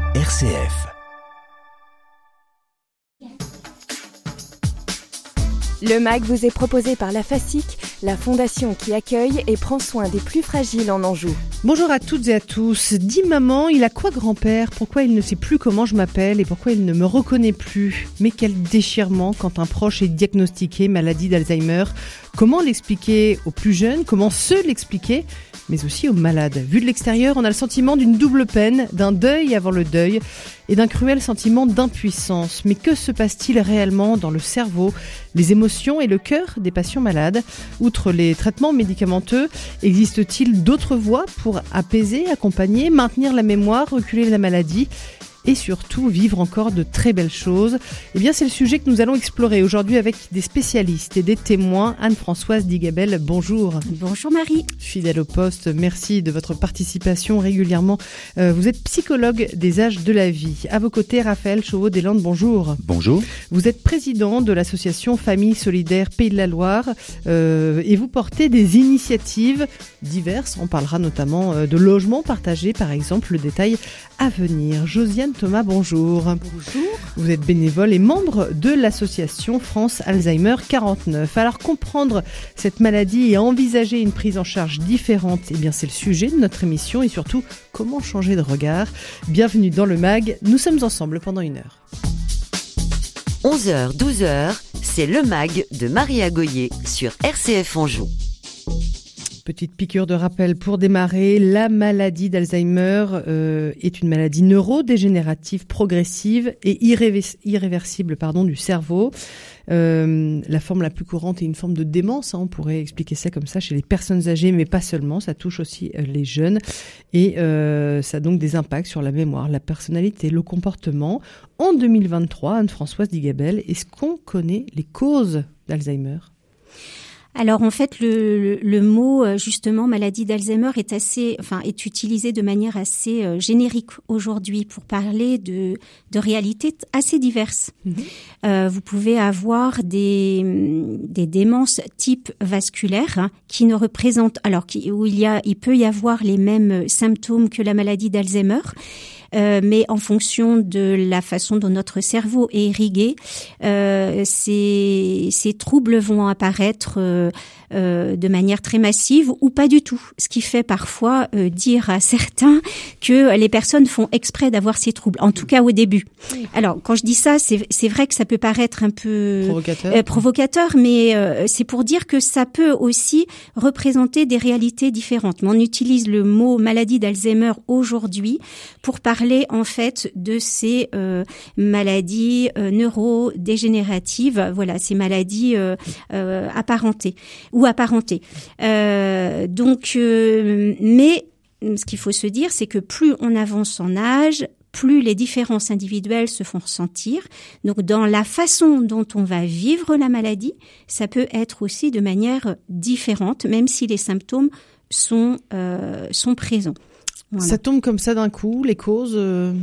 RCF. Le MAG vous est proposé par la FASIC, la fondation qui accueille et prend soin des plus fragiles en Anjou. Bonjour à toutes et à tous. Dis maman, il a quoi grand-père? Pourquoi il ne sait plus comment je m'appelle et pourquoi il ne me reconnaît plus? Mais quel déchirement quand un proche est diagnostiqué maladie d'Alzheimer. Comment l'expliquer aux plus jeunes? Comment se l'expliquer? Mais aussi aux malades. Vu de l'extérieur, on a le sentiment d'une double peine, d'un deuil avant le deuil et d'un cruel sentiment d'impuissance. Mais que se passe-t-il réellement dans le cerveau, les émotions et le cœur des patients malades? Outre les traitements médicamenteux, existe-t-il d'autres voies pour apaiser, accompagner, maintenir la mémoire, reculer la maladie et surtout vivre encore de très belles choses? Eh bien, c'est le sujet que nous allons explorer aujourd'hui avec des spécialistes et des témoins. Anne-Françoise Digabel, bonjour. Bonjour Marie. Fidèle au poste, merci de votre participation régulièrement. Vous êtes psychologue des âges de la vie. À vos côtés, Raphaël Chauveau-Deslandes, bonjour. Bonjour. Vous êtes président de l'association Famille Solidaire Pays de la Loire et vous portez des initiatives diverses. On parlera notamment de logements partagés, par exemple, le détail à venir. Josiane Thomas, bonjour. Bonjour. Vous êtes bénévole et membre de l'association France Alzheimer 49. Alors comprendre cette maladie et envisager une prise en charge différente, eh bien c'est le sujet de notre émission et surtout comment changer de regard. Bienvenue dans le MAG, nous sommes ensemble pendant 1 heure. 11h, 12h, c'est le MAG de Maria Goyer sur RCF Anjou. Petite piqûre de rappel pour démarrer, la maladie d'Alzheimer est une maladie neurodégénérative progressive et irréversible du cerveau. La forme la plus courante est une forme de démence, on pourrait expliquer ça comme ça chez les personnes âgées, mais pas seulement, ça touche aussi les jeunes et ça a donc des impacts sur la mémoire, la personnalité, le comportement. En 2023, Anne-Françoise Digabel, est-ce qu'on connaît les causes d'Alzheimer ? Alors en fait le mot justement maladie d'Alzheimer est utilisé de manière assez générique aujourd'hui pour parler de réalités assez diverses. Vous pouvez avoir des démences type vasculaire qui ne représentent où il peut y avoir les mêmes symptômes que la maladie d'Alzheimer. Mais en fonction de la façon dont notre cerveau est irrigué, ces troubles vont apparaître de manière très massive ou pas du tout. Ce qui fait parfois dire à certains que les personnes font exprès d'avoir ces troubles, en tout cas au début. Alors, quand je dis ça, c'est vrai que ça peut paraître un peu provocateur, mais c'est pour dire que ça peut aussi représenter des réalités différentes. Mais on utilise le mot maladie d'Alzheimer aujourd'hui pour parler en fait de ces maladies neurodégénératives, voilà, ces maladies apparentées. Mais ce qu'il faut se dire, c'est que plus on avance en âge, plus les différences individuelles se font ressentir. Donc, dans la façon dont on va vivre la maladie, ça peut être aussi de manière différente, même si les symptômes sont présents. Voilà. Ça tombe comme ça d'un coup, les causes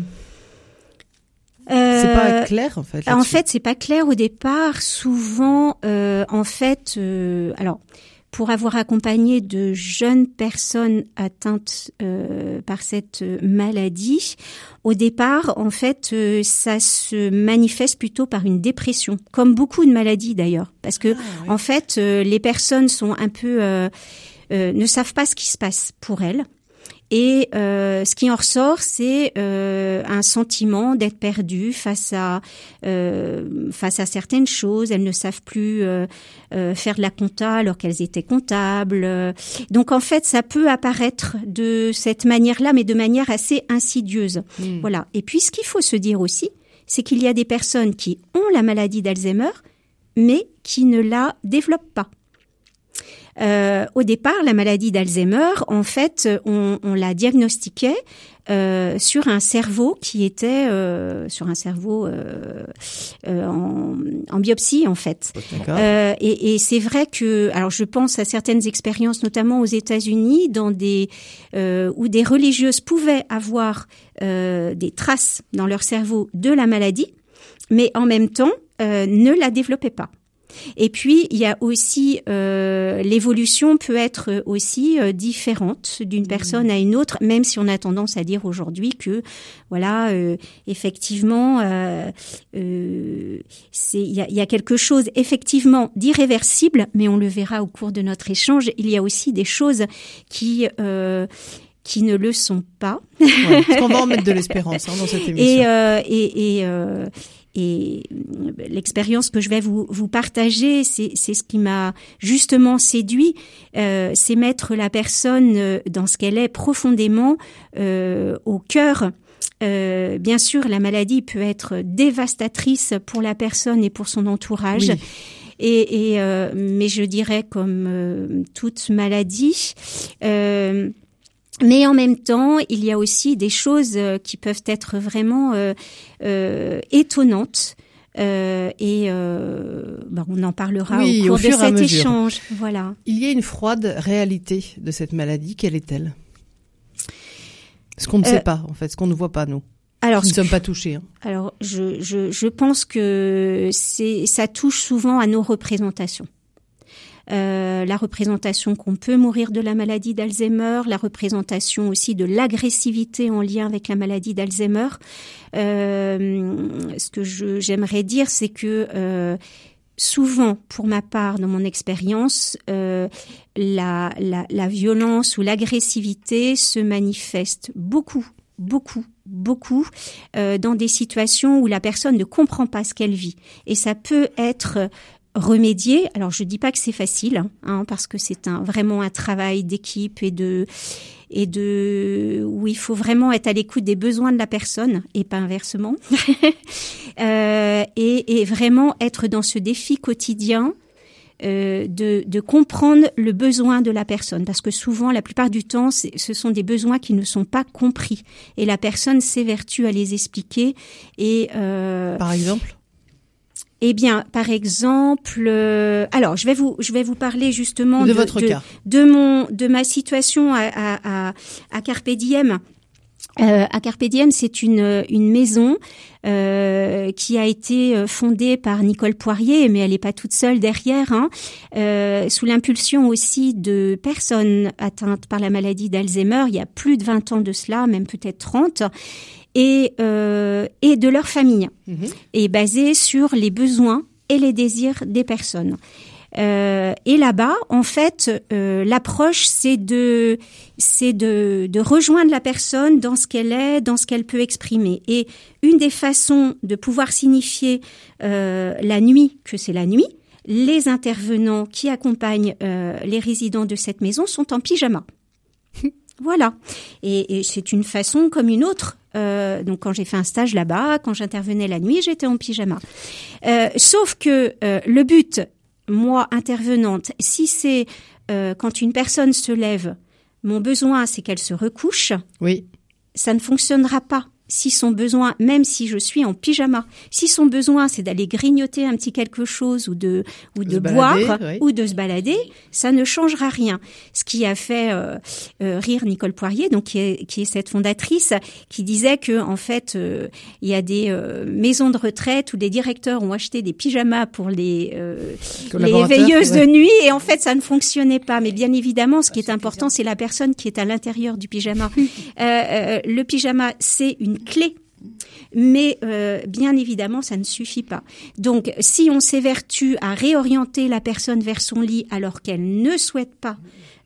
c'est pas clair en fait. En fait, c'est pas clair au départ. Souvent, alors pour avoir accompagné de jeunes personnes atteintes par cette maladie, au départ, en fait, ça se manifeste plutôt par une dépression, comme beaucoup de maladies d'ailleurs, parce que en fait, les personnes sont un peu ne savent pas ce qui se passe pour elles. Et ce qui en ressort, c'est un sentiment d'être perdu face à certaines choses. Elles ne savent plus faire de la compta alors qu'elles étaient comptables. Donc en fait, ça peut apparaître de cette manière-là, mais de manière assez insidieuse. Voilà. Et puis ce qu'il faut se dire aussi, c'est qu'il y a des personnes qui ont la maladie d'Alzheimer, mais qui ne la développent pas. Au départ, la maladie d'Alzheimer, en fait, on la diagnostiquait sur un cerveau qui était en biopsie en fait. Et c'est vrai que, alors je pense à certaines expériences, notamment aux États-Unis, où des religieuses pouvaient avoir des traces dans leur cerveau de la maladie, mais en même temps ne la développaient pas. Et puis il y a aussi l'évolution peut être aussi différente d'une personne à une autre, même si on a tendance à dire aujourd'hui que voilà, effectivement, il y a quelque chose effectivement d'irréversible, mais on le verra au cours de notre échange. Il y a aussi des choses qui ne le sont pas. Ouais, parce qu'on va en mettre de l'espérance dans cette émission. Et l'expérience que je vais vous partager, c'est ce qui m'a justement séduit, c'est mettre la personne dans ce qu'elle est profondément au cœur. Bien sûr, la maladie peut être dévastatrice pour la personne et pour son entourage. Oui. Mais je dirais comme toute maladie. Mais en même temps, il y a aussi des choses qui peuvent être vraiment étonnantes. On en parlera au cours de cet échange. Voilà. Il y a une froide réalité de cette maladie. Quelle est-elle ? Ce qu'on ne sait pas, en fait, ce qu'on ne voit pas, nous. Alors, nous ne sommes pas touchés. Hein. Alors, je pense que ça touche souvent à nos représentations. La représentation qu'on peut mourir de la maladie d'Alzheimer, la représentation aussi de l'agressivité en lien avec la maladie d'Alzheimer. Ce que j'aimerais dire, c'est que souvent, pour ma part, dans mon expérience, la violence ou l'agressivité se manifeste beaucoup dans des situations où la personne ne comprend pas ce qu'elle vit. Et ça peut être remédié. Alors, je dis pas que c'est facile, parce que c'est vraiment un travail d'équipe et où il faut vraiment être à l'écoute des besoins de la personne et pas inversement. Et vraiment être dans ce défi quotidien de comprendre le besoin de la personne, parce que souvent, la plupart du temps, ce sont des besoins qui ne sont pas compris et la personne s'évertue à les expliquer. Et par exemple. Eh bien, par exemple, alors je vais vous parler justement de votre cas, de ma situation à Carpe Diem. À Carpe Diem, c'est une maison qui a été fondée par Nicole Poirier, mais elle n'est pas toute seule derrière, sous l'impulsion aussi de personnes atteintes par la maladie d'Alzheimer. Il y a plus de 20 ans de cela, même peut-être 30. Et de leur famille, et basé sur les besoins et les désirs des personnes. Et là-bas, en fait, l'approche, c'est de rejoindre la personne dans ce qu'elle est, dans ce qu'elle peut exprimer. Et une des façons de pouvoir signifier la nuit, que c'est la nuit, les intervenants qui accompagnent les résidents de cette maison sont en pyjama. Voilà. Et c'est une façon comme une autre. Donc quand j'ai fait un stage là-bas, quand j'intervenais la nuit, j'étais en pyjama. Sauf que le but, moi intervenante, si c'est quand une personne se lève, mon besoin c'est qu'elle se recouche. Oui. Ça ne fonctionnera pas. Si son besoin, même si je suis en pyjama, si son besoin c'est d'aller grignoter un petit quelque chose ou de boire ou de se balader, ça ne changera rien. Ce qui a fait rire Nicole Poirier, donc qui est cette fondatrice, qui disait que en fait il y a des maisons de retraite où les directeurs ont acheté des pyjamas pour les veilleuses de nuit et en fait ça ne fonctionnait pas. Mais bien évidemment, ce qui est important, c'est la personne qui est à l'intérieur du pyjama. Le pyjama, c'est une clé. Mais bien évidemment, ça ne suffit pas. Donc, si on s'évertue à réorienter la personne vers son lit alors qu'elle ne souhaite pas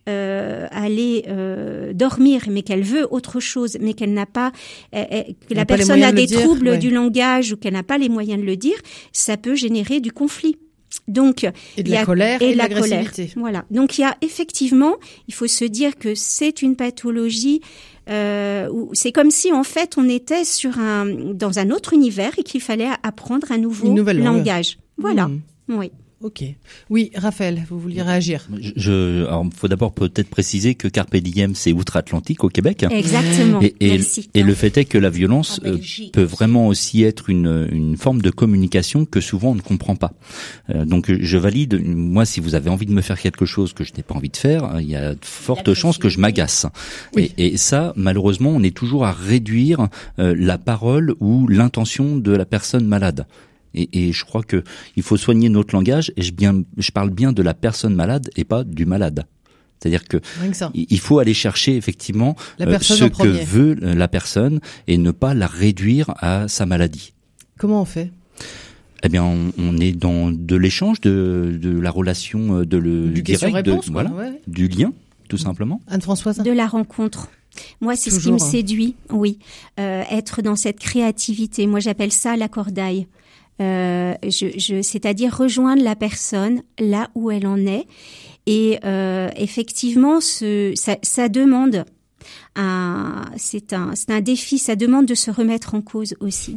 aller dormir, mais qu'elle veut autre chose, mais qu'elle n'a pas, que la personne a des troubles du langage ou qu'elle n'a pas les moyens de le dire, ça peut générer du conflit. Donc, et de la colère et de l'agressivité. Voilà. Donc, il y a effectivement, il faut se dire que c'est une pathologie. C'est comme si en fait on était dans un autre univers et qu'il fallait apprendre un nouveau langage. Voilà. Oui. Ok. Oui, Raphaël, vous vouliez réagir. Alors, faut d'abord peut-être préciser que Carpe Diem, c'est outre-Atlantique au Québec. Exactement. Et le fait est que la violence peut vraiment aussi être une forme de communication que souvent on ne comprend pas. Donc je valide. Moi, si vous avez envie de me faire quelque chose que je n'ai pas envie de faire, il y a de fortes chances que je m'agace. Oui. Et ça, malheureusement, on est toujours à réduire la parole ou l'intention de la personne malade. Et je crois que il faut soigner notre langage, et je parle bien de la personne malade et pas du malade. C'est-à-dire que il faut aller chercher effectivement ce que veut la personne et ne pas la réduire à sa maladie. Comment on fait ? Eh bien, on est dans de l'échange, de la relation, du direct, du lien, tout simplement. Anne-Françoise ? De la rencontre. Moi, c'est ce qui me séduit, oui. Être dans cette créativité. Moi, j'appelle ça la cordaille. C'est-à-dire rejoindre la personne là où elle en est. Et effectivement, ça demande c'est un défi. Ça demande de se remettre en cause aussi.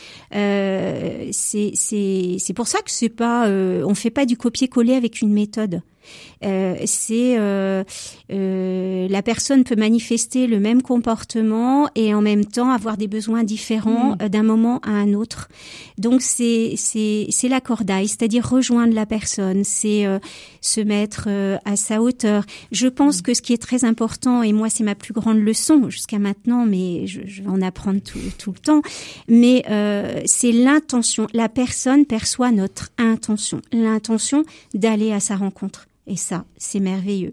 C'est pour ça que c'est pas, on fait pas du copier-coller avec une méthode. La personne peut manifester le même comportement et en même temps avoir des besoins différents d'un moment à un autre. Donc c'est la cordaille, c'est-à-dire rejoindre la personne, c'est se mettre à sa hauteur. Je pense que ce qui est très important, et moi c'est ma plus grande leçon jusqu'à maintenant, mais je vais en apprendre tout le temps, mais c'est l'intention. La personne perçoit notre intention, l'intention d'aller à sa rencontre. Et ça, c'est merveilleux.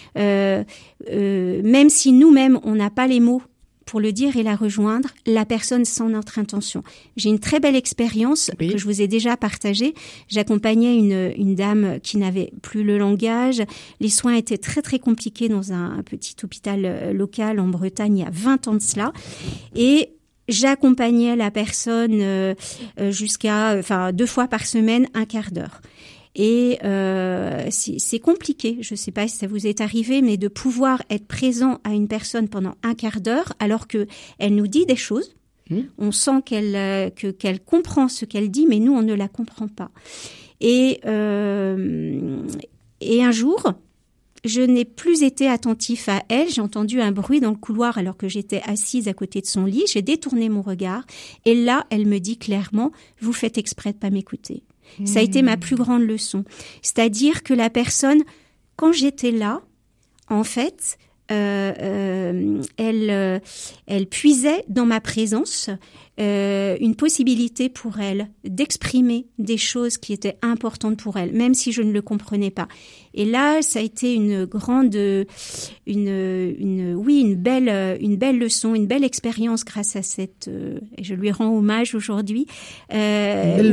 Même si nous-mêmes, on n'a pas les mots pour le dire et la rejoindre, la personne sent notre intention. J'ai une très belle expérience que je vous ai déjà partagée. J'accompagnais une dame qui n'avait plus le langage. Les soins étaient très, très compliqués dans un petit hôpital local en Bretagne il y a 20 ans de cela. Et j'accompagnais la personne jusqu'à 2 fois par semaine, 1 quart d'heure. Et c'est compliqué, je ne sais pas si ça vous est arrivé, mais de pouvoir être présent à une personne pendant 1 quart d'heure alors que elle nous dit des choses. On sent qu'elle comprend ce qu'elle dit, mais nous on ne la comprend pas. Et un jour, je n'ai plus été attentif à elle. J'ai entendu un bruit dans le couloir alors que j'étais assise à côté de son lit. J'ai détourné mon regard et là, elle me dit clairement « Vous faites exprès de pas m'écouter ». Ça a été ma plus grande leçon. C'est-à-dire que la personne, quand j'étais là, en fait, elle puisait dans ma présence une possibilité pour elle d'exprimer des choses qui étaient importantes pour elle, même si je ne le comprenais pas. Et là, ça a été une belle leçon, une belle expérience grâce à cette. Et je lui rends hommage aujourd'hui. Où elle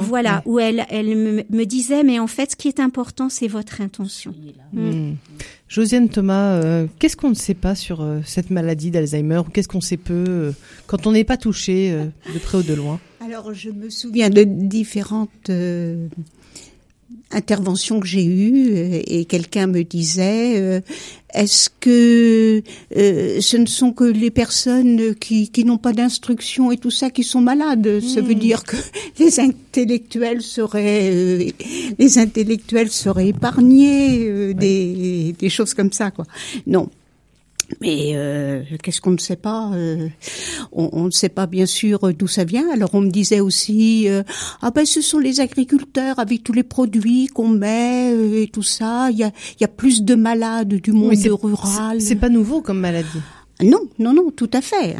me disait, mais en fait, ce qui est important, c'est votre intention. Josiane Thomas, qu'est-ce qu'on ne sait pas sur cette maladie d'Alzheimer, ou qu'est-ce qu'on sait peu quand on n'est pas touché de près ou de loin? Alors, je me souviens de différentes interventions que j'ai eues et quelqu'un me disait est-ce que ce ne sont que les personnes qui n'ont pas d'instruction et tout ça qui sont malades? Ça veut dire que les intellectuels seraient épargnés des choses comme ça, quoi. Non. Mais qu'est-ce qu'on ne sait pas? On ne sait pas bien sûr d'où ça vient. Alors on me disait aussi ce sont les agriculteurs avec tous les produits qu'on met et tout ça. Il y a plus de malades du monde rural. C'est pas nouveau comme maladie. Non, tout à fait.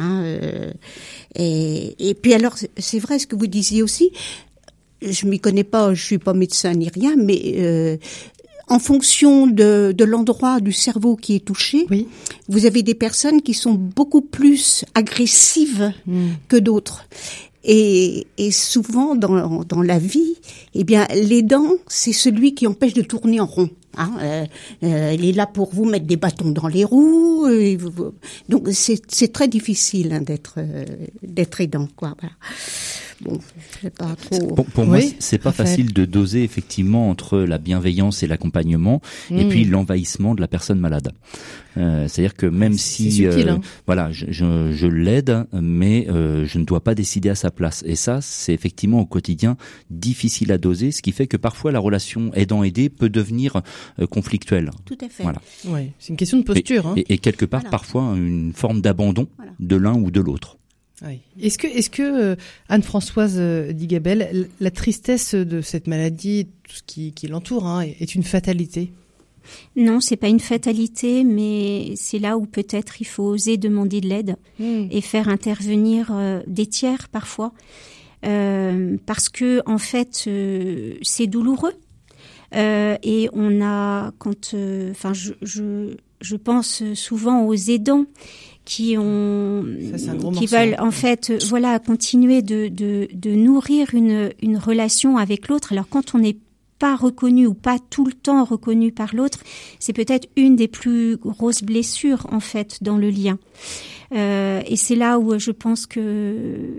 Et puis alors c'est vrai ce que vous disiez aussi. Je m'y connais pas, je suis pas médecin ni rien, mais en fonction de l'endroit du cerveau qui est touché, vous avez des personnes qui sont beaucoup plus agressives que d'autres. Et souvent dans la vie, eh bien les dents, c'est celui qui empêche de tourner en rond. Il est là pour vous mettre des bâtons dans les roues. Donc c'est très difficile d'être aidant, quoi. Voilà. Bon, je sais pas trop. Pour moi, c'est pas facile de doser effectivement entre la bienveillance et l'accompagnement et puis l'envahissement de la personne malade. C'est-à-dire que même si subtil, je l'aide, mais je ne dois pas décider à sa place. Et ça, c'est effectivement au quotidien difficile à doser, ce qui fait que parfois la relation aidant-aidé peut devenir conflictuelle. Tout à fait. Voilà. Ouais, c'est une question de posture. Et quelque part, parfois une forme d'abandon de l'un ou de l'autre. Oui. Est-ce que Anne-Françoise Digabel, la tristesse de cette maladie, tout ce qui l'entoure, est une fatalité? Non, c'est pas une fatalité, mais c'est là où peut-être il faut oser demander de l'aide et faire intervenir des tiers parfois. parce que en fait c'est douloureux. Et on a je pense souvent aux aidants qui veulent en fait continuer de nourrir une relation avec l'autre. Alors quand on n'est pas reconnu ou pas tout le temps reconnu par l'autre, c'est peut-être une des plus grosses blessures en fait dans le lien. Et c'est là où je pense que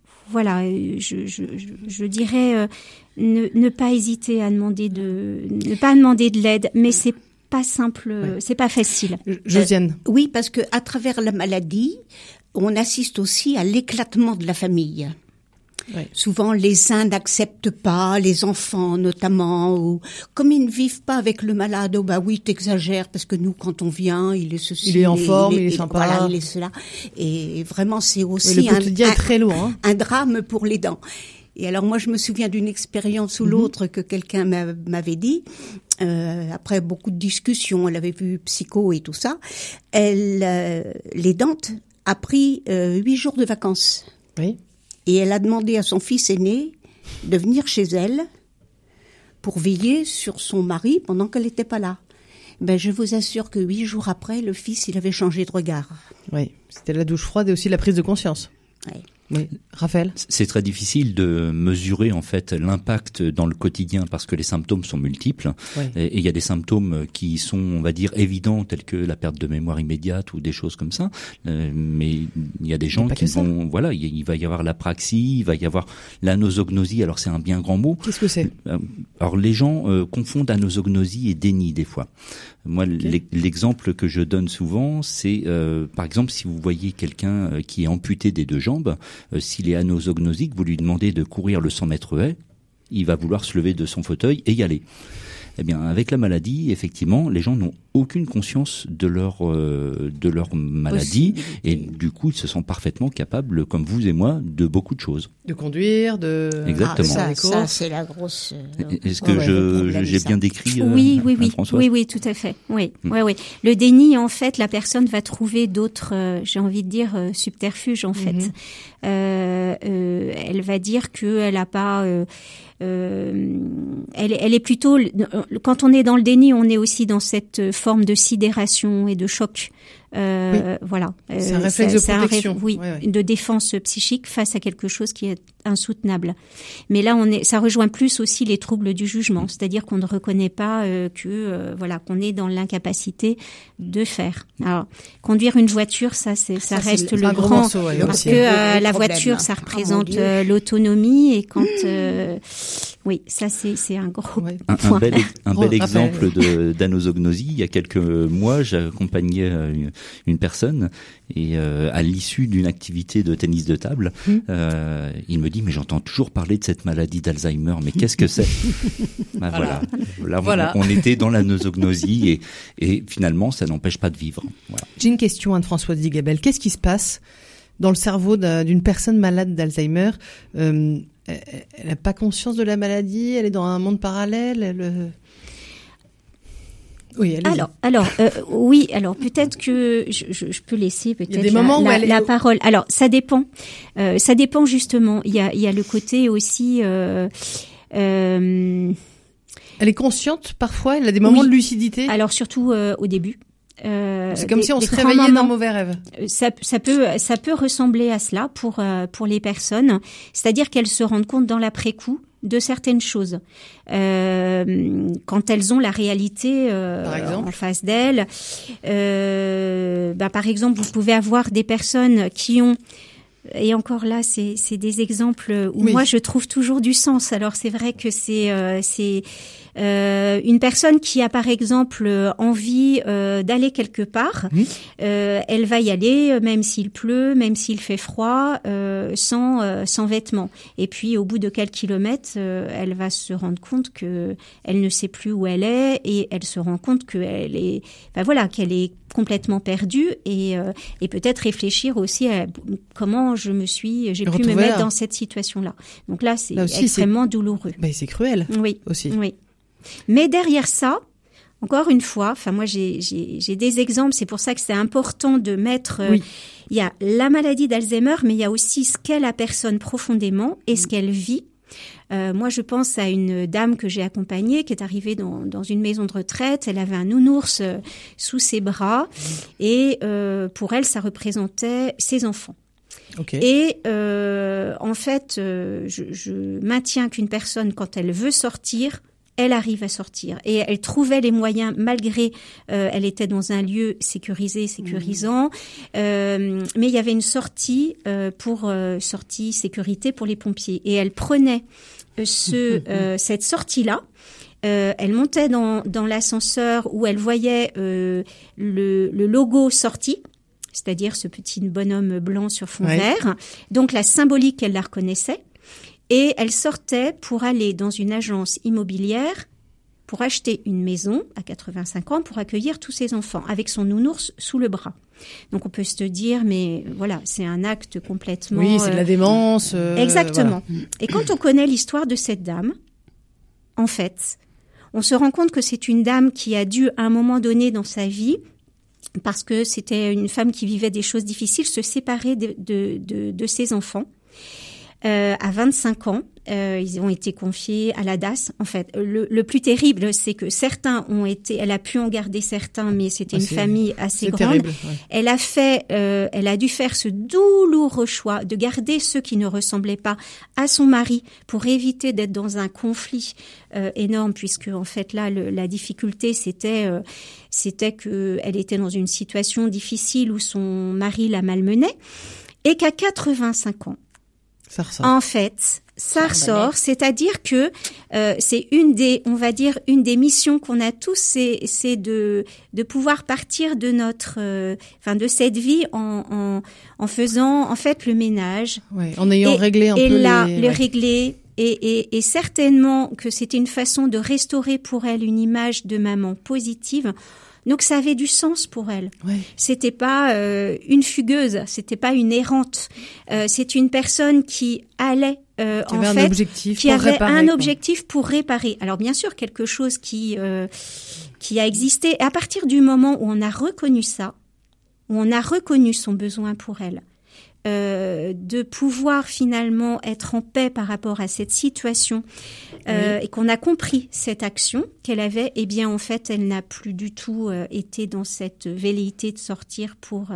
je dirais ne pas hésiter à demander ne pas demander de l'aide, mais c'est pas simple, c'est pas facile. Josiane. Oui, parce que à travers la maladie, on assiste aussi à l'éclatement de la famille. Oui. Souvent, les uns n'acceptent pas, les enfants notamment, ou comme ils ne vivent pas avec le malade, oui, t'exagères, parce que nous, quand on vient, il est ceci, il est en forme, il est sympa, voilà, il est cela. Et vraiment, c'est aussi le quotidien est très lourd, hein. Un drame pour l'aidant. Et alors moi, je me souviens d'une expérience ou l'autre que quelqu'un m'avait dit. Après beaucoup de discussions, elle avait vu psycho et tout ça. L'aidante a pris 8 jours de vacances. Oui. Et elle a demandé à son fils aîné de venir chez elle pour veiller sur son mari pendant qu'elle n'était pas là. Je vous assure que 8 jours après, le fils, il avait changé de regard. Oui, c'était la douche froide et aussi la prise de conscience. Oui. Oui. Raphaël ? C'est très difficile de mesurer en fait l'impact dans le quotidien parce que les symptômes sont multiples. Oui. Et il y a des symptômes qui sont, on va dire, évidents tels que la perte de mémoire immédiate ou des choses comme ça. Mais il y a des gens qui vont, il va y avoir l'apraxie, il va y avoir l'anosognosie. Alors c'est un bien grand mot. Qu'est-ce que c'est ? Alors les gens confondent anosognosie et déni des fois. Moi, l'exemple que je donne souvent, c'est par exemple si vous voyez quelqu'un qui est amputé des 2 jambes, s'il est anosognosique, vous lui demandez de courir le 100 mètres haies, il va vouloir se lever de son fauteuil et y aller. Eh bien, avec la maladie, effectivement, les gens n'ont aucune conscience de leur maladie et du coup, ils se sentent parfaitement capables, comme vous et moi, de beaucoup de choses. De conduire, Exactement. Ça c'est la grosse. Est-ce que j'ai bien décrit Oui, François ? Oui, tout à fait. Oui. Le déni, en fait, la personne va trouver d'autres, j'ai envie de dire, subterfuges, en fait. Elle va dire qu'elle a pas. Elle est plutôt, quand on est dans le déni, on est aussi dans cette forme de sidération et de choc. Voilà. C'est un réflexe de protection. De défense psychique face à quelque chose qui est insoutenable. Mais là, ça rejoint plus aussi les troubles du jugement, c'est-à-dire qu'on ne reconnaît pas qu'on est dans l'incapacité de faire. Alors, conduire une voiture, ça reste le grand morceau, parce que la voiture, ça représente l'autonomie et quand ça c'est un gros point. Un bel exemple d'anosognosie. Il y a quelques mois, j'accompagnais une personne et à l'issue d'une activité de tennis de table, il me dit mais j'entends toujours parler de cette maladie d'Alzheimer, mais qu'est-ce que c'est? Voilà. On était dans l'anosognosie et finalement ça n'empêche pas de vivre. Voilà. J'ai une question Anne-Françoise Digabel. Qu'est-ce qui se passe dans le cerveau d'une personne malade d'Alzheimer? Elle n'a pas conscience de la maladie, elle est dans un monde parallèle, Oui, alors peut-être que je peux laisser peut-être la parole. Alors ça dépend justement. Il y a le côté aussi. Elle est consciente parfois. Elle a des moments de lucidité. Alors surtout au début. C'est comme si on se réveillait d'un mauvais rêve. Ça peut ressembler à cela pour les personnes. C'est-à-dire qu'elles se rendent compte dans l'après-coup de certaines choses. Quand elles ont la réalité en face d'elles. Par exemple, vous pouvez avoir des personnes qui ont... Et encore là, c'est des exemples où moi je trouve toujours du sens. Alors c'est vrai que c'est une personne qui a par exemple envie d'aller quelque part, elle va y aller même s'il pleut, même s'il fait froid, sans vêtements. Et puis au bout de quelques kilomètres, elle va se rendre compte que elle ne sait plus où elle est et elle se rend compte qu'elle est, qu'elle est complètement perdue et peut-être réfléchir aussi à comment j'ai pu me mettre dans cette situation-là. Donc là, c'est extrêmement douloureux. C'est cruel. Oui. Aussi. Oui. Mais derrière ça, encore une fois, enfin moi j'ai des exemples, c'est pour ça que c'est important de mettre... Il y a la maladie d'Alzheimer, mais il y a aussi ce qu'est la personne profondément et ce qu'elle vit. Moi, je pense à une dame que j'ai accompagnée qui est arrivée dans une maison de retraite. Elle avait un nounours sous ses bras et pour elle, ça représentait ses enfants. Okay. Et en fait, je maintiens qu'une personne, quand elle veut sortir, elle arrive à sortir. Et elle trouvait les moyens, malgré, elle était dans un lieu sécurisant, mais il y avait une sortie sortie sécurité pour les pompiers. Et elle prenait cette sortie-là. Elle montait dans l'ascenseur où elle voyait le logo sortie, c'est-à-dire ce petit bonhomme blanc sur fond vert. Donc la symbolique, elle la reconnaissait. Et elle sortait pour aller dans une agence immobilière pour acheter une maison à 85 ans pour accueillir tous ses enfants avec son nounours sous le bras. Donc on peut se dire, mais voilà, c'est un acte complètement... Oui, c'est de la démence. Exactement. Voilà. Et quand on connaît l'histoire de cette dame, en fait, on se rend compte que c'est une dame qui a dû, à un moment donné dans sa vie, parce que c'était une femme qui vivait des choses difficiles, se séparer de ses enfants. À 25 ans, ils ont été confiés à la DAS. En fait, le plus terrible, c'est que certains elle a pu en garder certains, mais c'était une famille assez grande. Terrible, Elle a dû faire ce douloureux choix de garder ceux qui ne ressemblaient pas à son mari pour éviter d'être dans un conflit énorme, puisque en fait là, la difficulté, c'était que elle était dans une situation difficile où son mari la malmenait, et qu'à 85 ans, ça ressort. En fait, ça ressort, c'est-à-dire que c'est une des missions qu'on a tous, c'est de pouvoir partir de de cette vie en faisant en fait le ménage, en ayant réglé un peu le régler. Et certainement que c'était une façon de restaurer pour elle une image de maman positive. Donc ça avait du sens pour elle. C'était pas une fugueuse, c'était pas une errante. C'est une personne qui allait qui avait un objectif pour réparer. Alors bien sûr quelque chose qui a existé. Et à partir du moment où on a reconnu ça, où on a reconnu son besoin pour elle, de pouvoir finalement être en paix par rapport à cette situation et qu'on a compris cette action qu'elle avait, eh bien en fait elle n'a plus du tout été dans cette velléité de sortir pour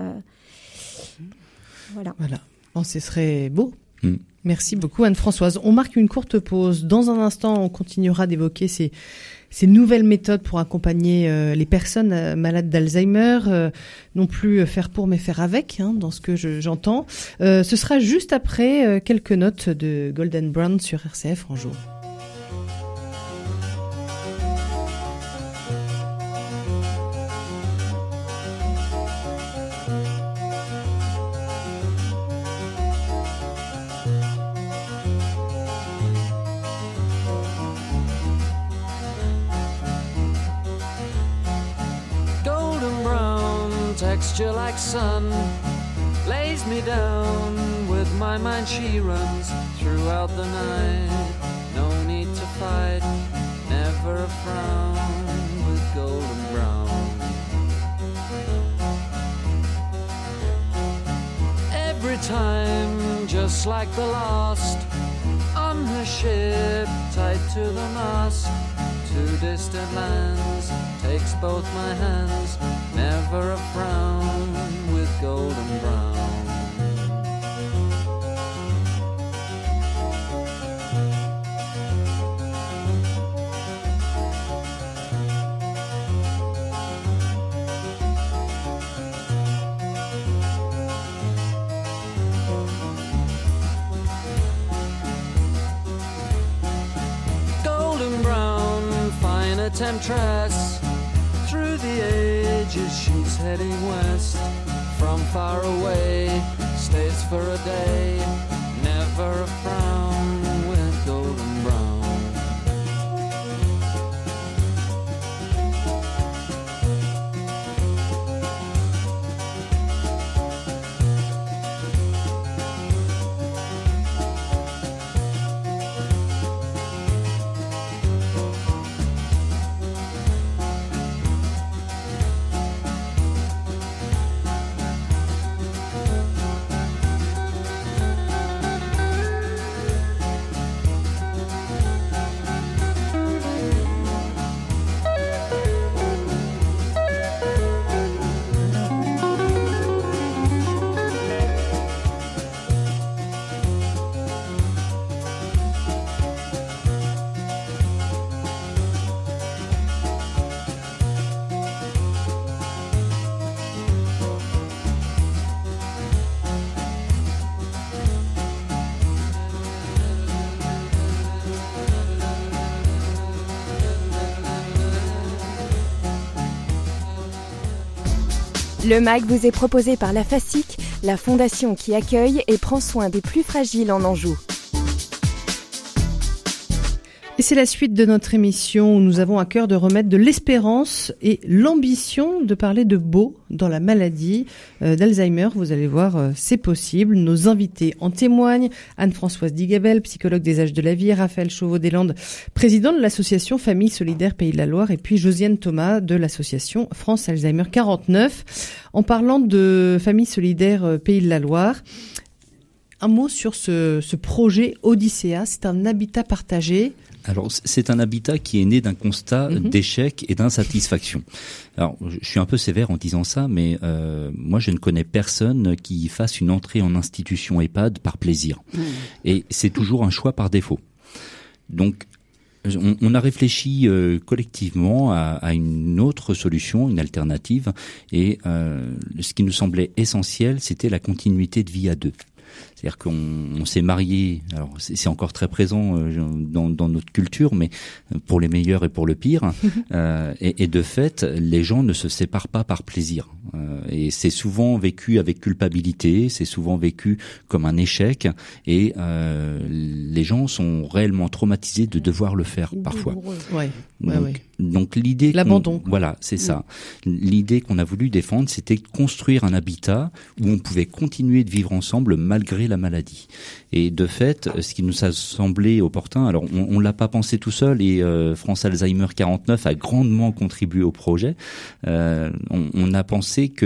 voilà. Bon, ce serait beau. Merci beaucoup Anne-Françoise. On marque une courte pause. Dans un instant, on continuera d'évoquer ces nouvelles méthodes pour accompagner les personnes malades d'Alzheimer, non plus faire pour mais faire avec, dans ce que j'entends. Ce sera juste après quelques notes de Golden Brown sur RCF en jour. Texture like sun lays me down. With my mind she runs throughout the night. No need to fight, never a frown with golden brown. Every time, just like the last, on her ship tied to the mast. To distant lands, takes both my hands, never a frown with golden brown. Temptress, through the ages she's heading west. From far away, stays for a day, never a frown with golden brown. Le MAG vous est proposé par la FASIC, la fondation qui accueille et prend soin des plus fragiles en Anjou. Et c'est la suite de notre émission où nous avons à cœur de remettre de l'espérance et l'ambition de parler de beau dans la maladie d'Alzheimer. Vous allez voir, c'est possible. Nos invités en témoignent. Anne-Françoise Digabel, psychologue des âges de la vie, Raphaël Chauveau-Deslandes, président de l'association Famille Solidaire Pays de la Loire, et puis Josiane Thomas de l'association France Alzheimer 49. En parlant de Famille Solidaire Pays de la Loire, un mot sur ce projet Odyssea. C'est un habitat partagé. Alors, c'est un habitat qui est né d'un constat d'échec et d'insatisfaction. Alors, je suis un peu sévère en disant ça, mais moi, je ne connais personne qui fasse une entrée en institution EHPAD par plaisir. Et c'est toujours un choix par défaut. Donc, on a réfléchi collectivement à une autre solution, une alternative, et ce qui nous semblait essentiel, c'était la continuité de vie à deux. C'est-à-dire qu'on s'est marié, alors c'est encore très présent dans notre culture, mais pour les meilleurs et pour le pire. Et de fait, les gens ne se séparent pas par plaisir. Et c'est souvent vécu avec culpabilité, c'est souvent vécu comme un échec. Et les gens sont réellement traumatisés de devoir le faire parfois. Donc l'idée, l'abandon. Voilà, c'est ça. L'idée qu'on a voulu défendre, c'était de construire un habitat où on pouvait continuer de vivre ensemble malgré la maladie. Et de fait, ce qui nous a semblé opportun, alors on l'a pas pensé tout seul, et France Alzheimer 49 a grandement contribué au projet. On a pensé que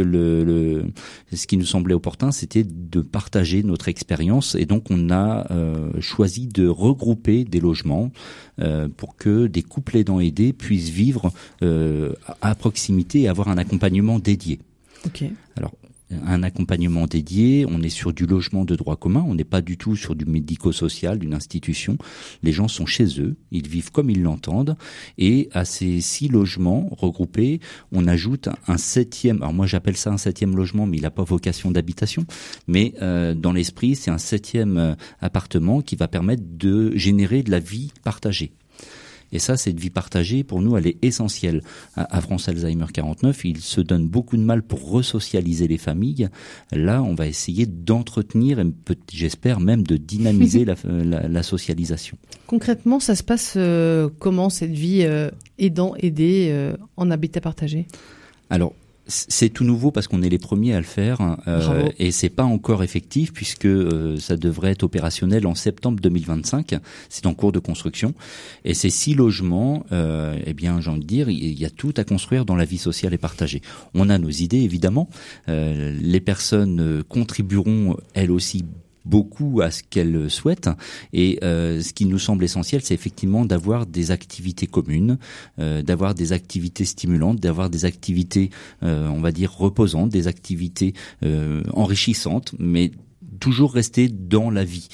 ce qui nous semblait opportun, c'était de partager notre expérience, et donc on a choisi de regrouper des logements pour que des couples aidants aidés puissent vivre à proximité et avoir un accompagnement dédié. Okay. Alors, un accompagnement dédié, on est sur du logement de droit commun, on n'est pas du tout sur du médico-social, d'une institution. Les gens sont chez eux, ils vivent comme ils l'entendent, et à ces 6 logements regroupés, on ajoute un 7e, alors moi j'appelle ça un 7e logement, mais il n'a pas vocation d'habitation, mais dans l'esprit, c'est un 7e appartement qui va permettre de générer de la vie partagée. Et ça, cette vie partagée, pour nous, elle est essentielle. À France Alzheimer 49, il se donne beaucoup de mal pour resocialiser les familles. Là, on va essayer d'entretenir, et j'espère même de dynamiser la socialisation. Concrètement, ça se passe comment, cette vie aidant-aidé en habitat partagé ? Alors, c'est tout nouveau parce qu'on est les premiers à le faire, et c'est pas encore effectif puisque ça devrait être opérationnel en septembre 2025. C'est en cours de construction, et ces 6 logements, eh bien, j'ai envie de dire, il y a tout à construire dans la vie sociale et partagée. On a nos idées évidemment, les personnes contribueront elles aussi beaucoup à ce qu'elles souhaitent, et ce qui nous semble essentiel, c'est effectivement d'avoir des activités communes, d'avoir des activités stimulantes, d'avoir des activités, on va dire, reposantes, des activités enrichissantes, mais toujours rester dans la vie.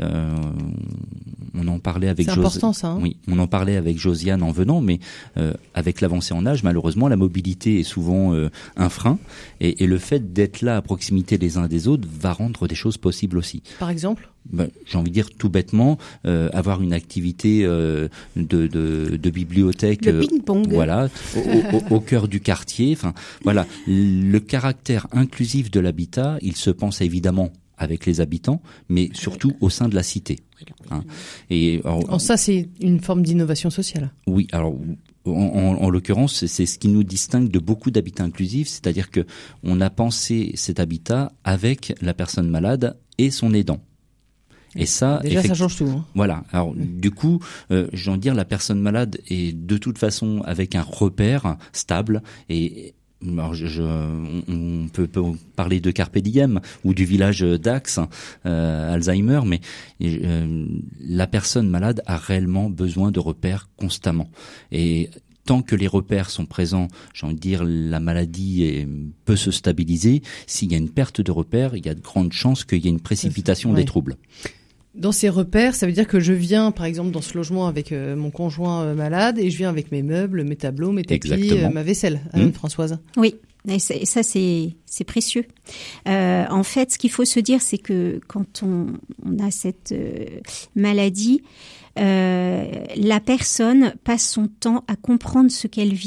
On en parlait avec C'est important, ça, hein. Oui, on en parlait avec Josiane en venant, mais avec l'avancée en âge, malheureusement, la mobilité est souvent un frein, et le fait d'être là à proximité les uns des autres va rendre des choses possibles aussi. Par exemple ? J'ai envie de dire tout bêtement, avoir une activité de bibliothèque, le ping-pong, voilà, au cœur du quartier. Enfin, voilà, le caractère inclusif de l'habitat, il se pense évidemment avec les habitants, mais surtout au sein de la cité. Hein. Et alors, ça, c'est une forme d'innovation sociale. Oui, alors en l'occurrence, c'est ce qui nous distingue de beaucoup d'habitats inclusifs, c'est-à-dire que on a pensé cet habitat avec la personne malade et son aidant. Et ça, déjà, ça change tout. Hein. Voilà. Alors, du coup, j'ai envie de dire, la personne malade est de toute façon avec un repère stable, et alors on peut parler de Carpe Diem ou du village d'Ax, Alzheimer, mais la personne malade a réellement besoin de repères constamment. Et tant que les repères sont présents, j'ai envie de dire, la maladie peut se stabiliser. S'il y a une perte de repères, il y a de grandes chances qu'il y ait une précipitation des troubles. Dans ces repères, ça veut dire que je viens, par exemple, dans ce logement avec mon conjoint malade, et je viens avec mes meubles, mes tableaux, mes tapis, ma vaisselle. Anne-Françoise. Oui, et ça c'est précieux. En fait, ce qu'il faut se dire, c'est que quand on a cette maladie, la personne passe son temps à comprendre ce qu'elle vit.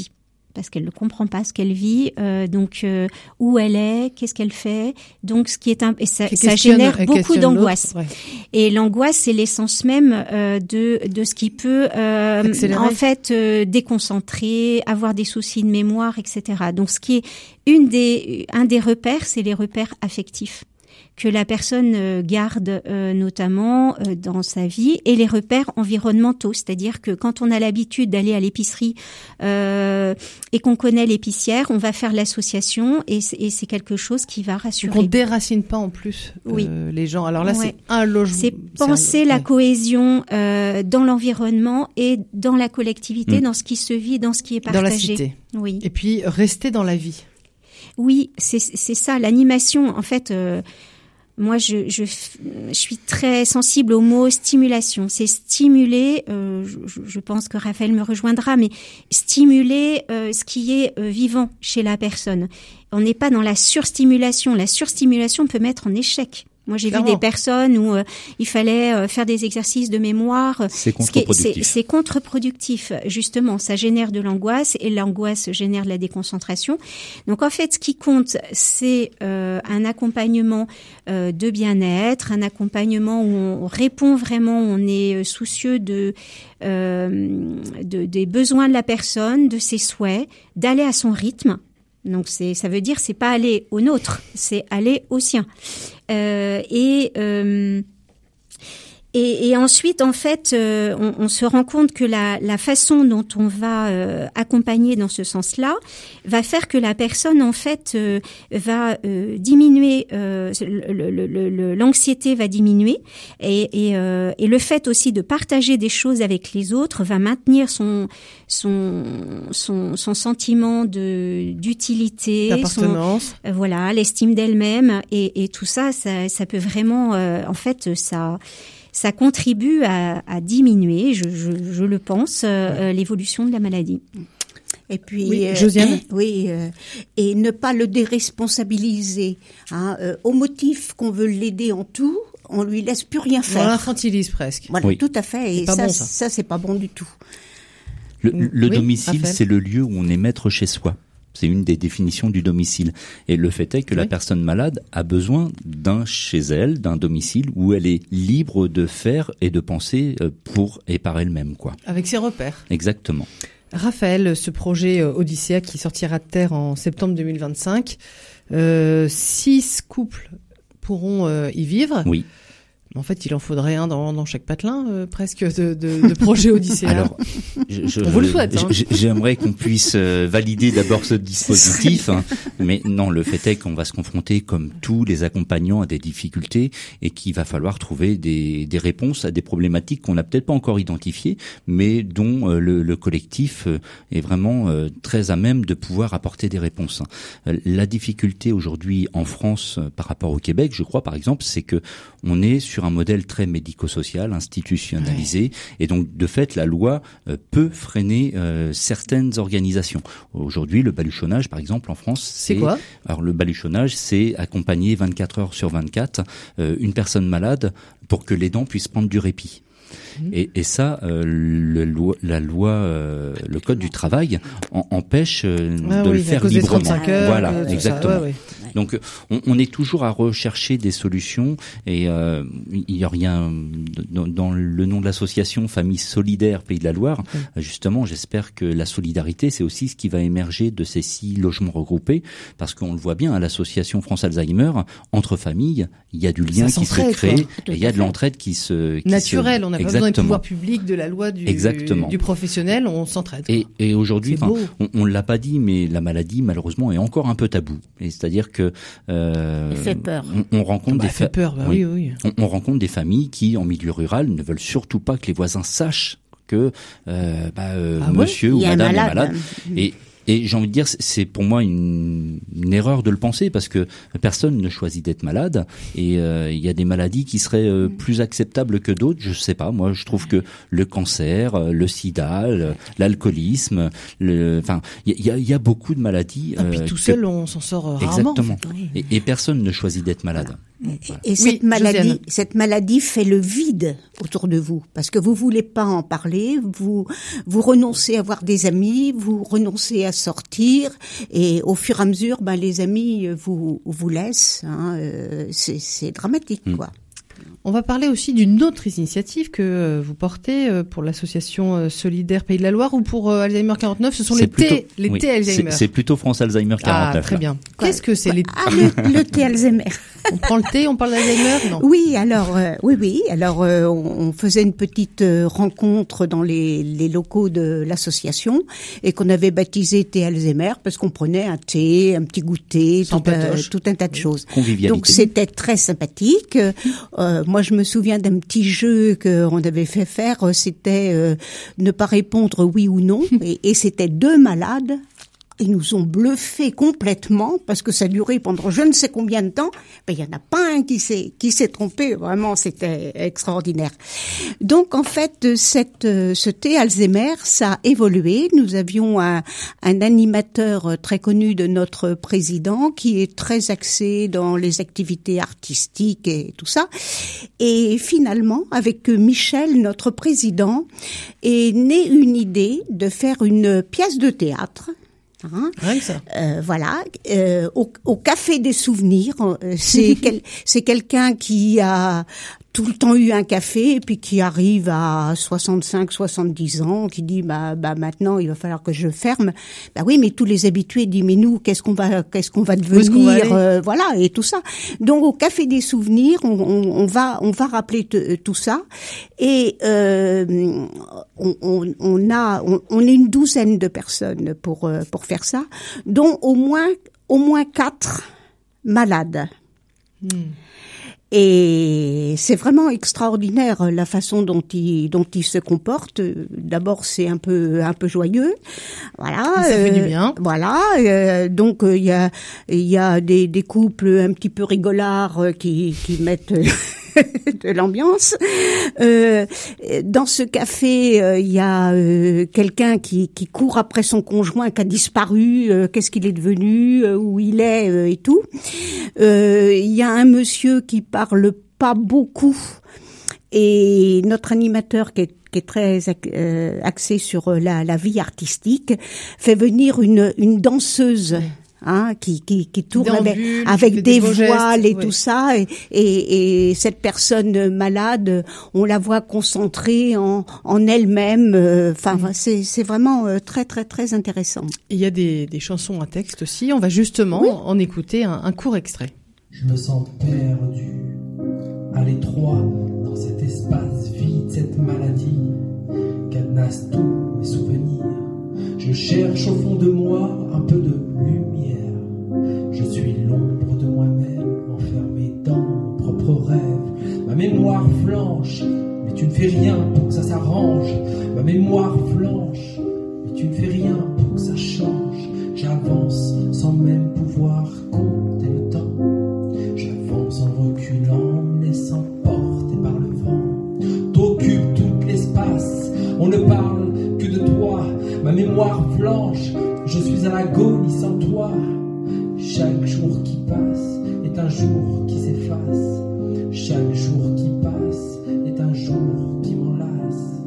parce qu'elle ne comprend pas ce qu'elle vit, donc où elle est, qu'est-ce qu'elle fait, donc ce qui est ça génère beaucoup d'angoisse. Ouais. Et l'angoisse, c'est l'essence même de ce qui peut en fait déconcentrer, avoir des soucis de mémoire, etc. Donc ce qui est un des repères, c'est les repères affectifs que la personne garde notamment dans sa vie, et les repères environnementaux, c'est-à-dire que quand on a l'habitude d'aller à l'épicerie et qu'on connaît l'épicière, on va faire l'association et c'est quelque chose qui va rassurer. Donc on déracine pas en plus les gens. Alors là, c'est un logement. C'est penser la cohésion dans l'environnement et dans la collectivité, dans ce qui se vit, dans ce qui est partagé. Dans la cité. Oui. Et puis rester dans la vie. Oui, c'est ça, l'animation. En fait, moi, je suis très sensible au mot stimulation. C'est stimuler, je pense que Raphaël me rejoindra, mais stimuler ce qui est vivant chez la personne. On n'est pas dans la surstimulation. La surstimulation peut mettre en échec. Moi, j'ai vu des personnes où il fallait faire des exercices de mémoire. C'est contre-productif. C'est contre-productif, justement. Ça génère de l'angoisse et l'angoisse génère de la déconcentration. Donc, en fait, ce qui compte, c'est un accompagnement de bien-être, un accompagnement où on répond vraiment, on est soucieux des besoins de la personne, de ses souhaits, d'aller à son rythme. Donc ça veut dire c'est pas aller au nôtre, c'est aller au sien. Et ensuite, en fait, on se rend compte que la façon dont on va accompagner dans ce sens-là va faire que la personne, en fait, va diminuer, l'anxiété va diminuer, et le fait aussi de partager des choses avec les autres va maintenir son sentiment d'utilité, d'appartenance, voilà, l'estime d'elle-même, et tout ça peut vraiment, en fait, ça contribue à diminuer, je le pense, l'évolution de la maladie. Et puis, Josiane, et ne pas le déresponsabiliser. Au motif qu'on veut l'aider en tout, on lui laisse plus rien faire. On l'infantilise presque. Voilà, tout à fait. Et ça, c'est pas bon du tout. Le domicile, c'est le lieu où on est maître chez soi. C'est une des définitions du domicile. Et le fait est que la personne malade a besoin d'un chez elle, d'un domicile où elle est libre de faire et de penser pour et par elle-même, quoi. Avec ses repères. Exactement. Raphaël, ce projet Odyssea qui sortira de terre en septembre 2025, 6 couples pourront y vivre. Oui. En fait, il en faudrait un dans chaque patelin, presque, de projet Odyssea. Alors, on vous le souhaite. J'aimerais qu'on puisse valider d'abord ce dispositif, mais non, le fait est qu'on va se confronter, comme tous les accompagnants, à des difficultés et qu'il va falloir trouver des réponses à des problématiques qu'on n'a peut-être pas encore identifiées, mais dont le collectif est vraiment très à même de pouvoir apporter des réponses. La difficulté aujourd'hui en France par rapport au Québec, je crois, par exemple, c'est que on est sur un modèle très médico-social, institutionnalisé, et donc de fait la loi peut freiner certaines organisations. Aujourd'hui, le baluchonnage, par exemple, en France, c'est quoi ? Alors le baluchonnage, c'est accompagner 24 heures sur 24 une personne malade pour que l'aidant puisse prendre du répit. Et ça, le code du travail empêche de le faire librement. Voilà, exactement. Donc, on est toujours à rechercher des solutions, et il y a rien dans le nom de l'association Famille Solidaire Pays de la Loire. Justement, j'espère que la solidarité, c'est aussi ce qui va émerger de ces 6 logements regroupés, parce qu'on le voit bien à l'association France Alzheimer, entre familles, il y a du lien qui se crée, et il y a de l'entraide qui se naturel. On n'a pas besoin des pouvoirs publics, de la loi du professionnel, on s'entraide. Et aujourd'hui, on l'a pas dit, mais la maladie, malheureusement, est encore un peu tabou. Et c'est-à-dire que elle fait peur. On rencontre oui. On rencontre des familles qui, en milieu rural, ne veulent surtout pas que les voisins sachent que monsieur ou madame est malade. Et j'ai envie de dire, c'est pour moi une erreur de le penser, parce que personne ne choisit d'être malade, et il y a des maladies qui seraient plus acceptables que d'autres. Je sais pas, moi je trouve que le cancer, le sida, l'alcoolisme, il y a beaucoup de maladies. Et puis tout seul, on s'en sort rarement. Exactement. Et personne ne choisit d'être malade. Et cette maladie fait le vide autour de vous, parce que vous voulez pas en parler, vous renoncez à voir des amis, vous renoncez à sortir, et au fur et à mesure, les amis vous laissent. C'est dramatique, quoi. On va parler aussi d'une autre initiative que vous portez pour l'association Solidaire Pays de la Loire ou pour Alzheimer 49. Ce sont les thé Alzheimer. C'est plutôt France Alzheimer 49. Ah, très bien. Qu'est-ce que c'est le thé Alzheimer? On prend le thé, on parle d'Alzheimer, non? Oui, alors oui. Alors on faisait une petite rencontre dans les locaux de l'association et qu'on avait baptisé thé Alzheimer parce qu'on prenait un thé, un petit goûter, tout un tas de choses. Donc c'était très sympathique. Moi, je me souviens d'un petit jeu qu'on avait fait faire. C'était ne pas répondre oui ou non, et c'était 2 malades. Ils nous ont bluffés complètement parce que ça durait pendant je ne sais combien de temps. Il y en a pas un qui s'est trompé. Vraiment, c'était extraordinaire. Donc, en fait, ce thé Alzheimer, ça a évolué. Nous avions un animateur très connu de notre président qui est très axé dans les activités artistiques et tout ça. Et finalement, avec Michel, notre président, est née une idée de faire une pièce de théâtre. Voilà, au Café des Souvenirs. C'est quelqu'un qui a tout le temps eu un café et puis qui arrive à 65, 70 ans, qui dit maintenant il va falloir que je ferme. Oui, mais tous les habitués disent mais nous qu'est-ce qu'on va devenir, voilà, et tout ça. Donc au Café des Souvenirs, on va rappeler tout ça, et on est une douzaine de personnes pour faire ça, dont au moins 4 malades. Et c'est vraiment extraordinaire la façon dont il se comporte. D'abord, c'est un peu joyeux, voilà. Ça fait du bien. Voilà. Donc il y a des couples un petit peu rigolards qui mettent de l'ambiance. Dans ce café, il y a quelqu'un qui court après son conjoint qui a disparu. Qu'est-ce qu'il est devenu, où il est, et tout. Il y a un monsieur qui parle pas beaucoup, et notre animateur qui est très axé sur la vie artistique fait venir une danseuse. Qui tourne avec des voiles et tout ça, et cette personne malade, on la voit concentrée en elle-même. C'est vraiment très très très intéressant. Il y a des chansons à texte aussi. On va justement en écouter un court extrait. Je me sens perdu, à l'étroit, dans cet espace vide, cette maladie cadenasse tous mes souvenirs. Je cherche au fond de moi un peu de lumière. Je suis l'ombre de moi-même, enfermé dans mon propre rêve. Ma mémoire flanche, mais tu ne fais rien pour que ça s'arrange. Ma mémoire flanche, mais tu ne fais rien pour que ça change. J'avance sans même pouvoir compter le temps. J'avance en reculant, me laissant porter par le vent. T'occupes tout l'espace, on ne parle que de toi. Ma mémoire flanche, je suis à l'agonie sans toi. Chaque jour qui passe est un jour qui s'efface. Chaque jour qui passe est un jour qui m'enlace.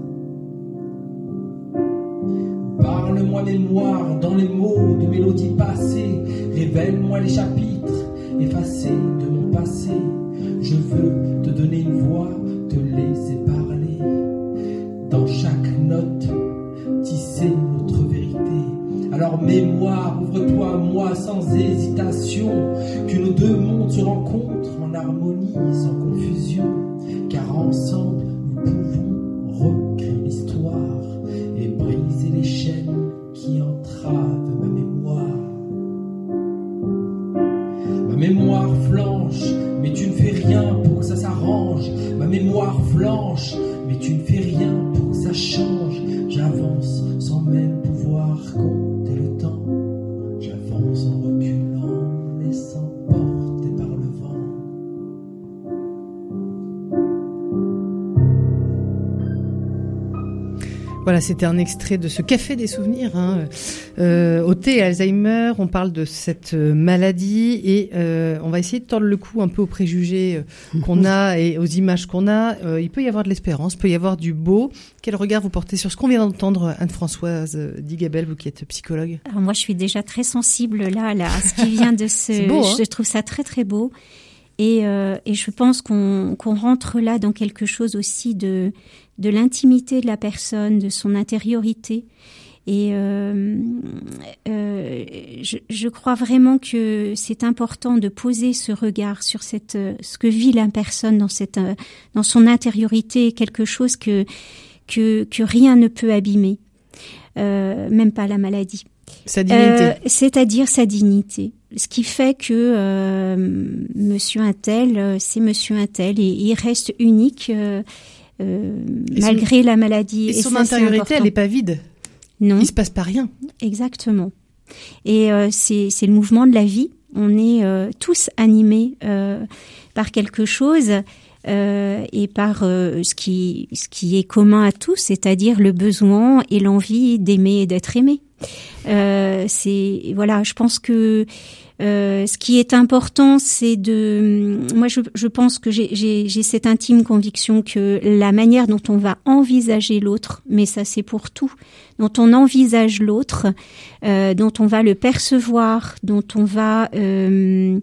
Parle-moi mémoire dans les mots de mélodies passées. Révèle-moi les chapitres effacés de mon passé. Je veux te donner une voix, te laisser parler. Dans chaque note, tisser notre vérité. Alors mémoire, ouvre-toi à moi sans hésitation. Que nos deux mondes se rencontrent en harmonie, sans confusion. Car ensemble, nous pouvons recréer l'histoire et briser les chaînes qui entravent ma mémoire. Ma mémoire flanche, mais tu ne fais rien pour que ça s'arrange. Ma mémoire flanche, mais tu ne fais rien pour que ça change. J'avance sans même pouvoir compter le temps. J'avance en reculant, me laissant porter par le vent. Voilà, c'était un extrait de ce Café des souvenirs, au thé Alzheimer. On parle de cette maladie et on va essayer de tordre le cou un peu aux préjugés qu'on a et aux images qu'on a. Il peut y avoir de l'espérance, il peut y avoir du beau. Quel regard vous portez sur ce qu'on vient d'entendre, Anne-Françoise Digabel, vous qui êtes psychologue? Alors moi, je suis déjà très sensible là à ce qui vient de se... C'est beau, hein? Je trouve ça très très beau. Et je pense qu'on rentre là dans quelque chose aussi de l'intimité de la personne, de son intériorité. Et je crois vraiment que c'est important de poser ce regard sur ce que vit la personne dans son intériorité, quelque chose que rien ne peut abîmer, même pas la maladie. Sa dignité. C'est-à-dire sa dignité. Ce qui fait que monsieur Untel, c'est monsieur Untel et il reste unique malgré la maladie. Et son intériorité, elle n'est pas vide. Non. Il se passe pas rien. Exactement. Et c'est le mouvement de la vie. On est tous animés par quelque chose et par ce qui est commun à tous, c'est-à-dire le besoin et l'envie d'aimer et d'être aimé. Je pense que ce qui est important, c'est moi je pense que j'ai cette intime conviction que la manière dont on va envisager l'autre, mais ça c'est pour tout, dont on envisage l'autre, dont on va le percevoir, dont on va le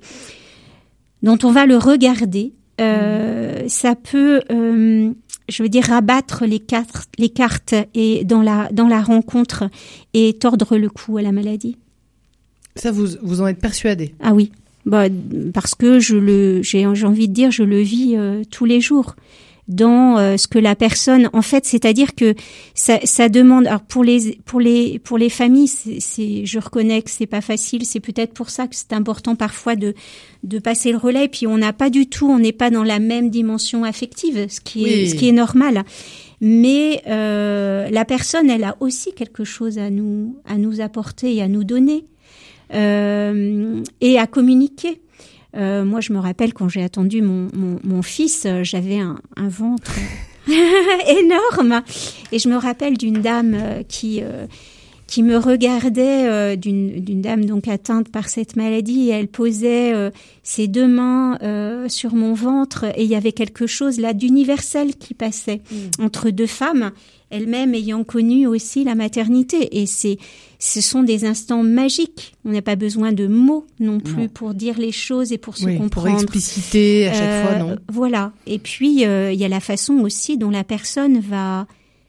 regarder, ça peut rabattre les cartes et dans la rencontre et tordre le cou à la maladie. Ça, vous en êtes persuadé? Ah oui, parce que j'ai envie de dire, je le vis tous les jours dans ce que la personne, en fait, c'est-à-dire que ça demande. Alors pour les familles, je reconnais que c'est pas facile. C'est peut-être pour ça que c'est important parfois de passer le relais. Puis on n'est pas dans la même dimension affective, ce qui est normal. Mais la personne, elle a aussi quelque chose à nous apporter et à nous donner et à communiquer. Moi, je me rappelle quand j'ai attendu mon fils, j'avais un ventre énorme, et je me rappelle d'une dame qui me regardait, d'une dame donc atteinte par cette maladie, et elle posait ses deux mains sur mon ventre, et il y avait quelque chose là d'universel qui passait entre deux femmes, elle-même ayant connu aussi la maternité. Et ce sont des instants magiques. On n'a pas besoin de mots non plus pour dire les choses et pour se comprendre. Pour expliciter à chaque fois, non. Voilà. Et puis, il y a la façon aussi dont la personne va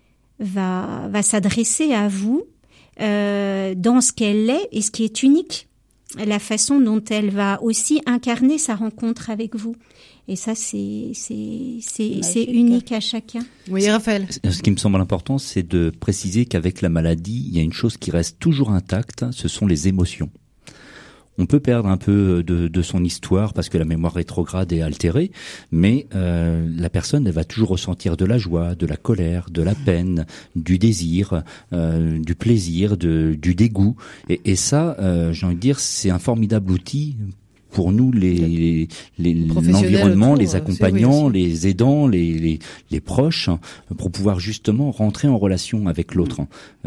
s'adresser à vous dans ce qu'elle est et ce qui est unique. La façon dont elle va aussi incarner sa rencontre avec vous. Et ça, c'est unique à chacun. Oui, Raphaël. Ce qui me semble important, c'est de préciser qu'avec la maladie, il y a une chose qui reste toujours intacte, ce sont les émotions. On peut perdre un peu de son histoire parce que la mémoire rétrograde est altérée, mais la personne, elle va toujours ressentir de la joie, de la colère, de la peine, du désir, du plaisir, du dégoût. Et ça, j'ai envie de dire, c'est un formidable outil pour nous, l'environnement, les accompagnants, les aidants, les proches, pour pouvoir justement rentrer en relation avec l'autre.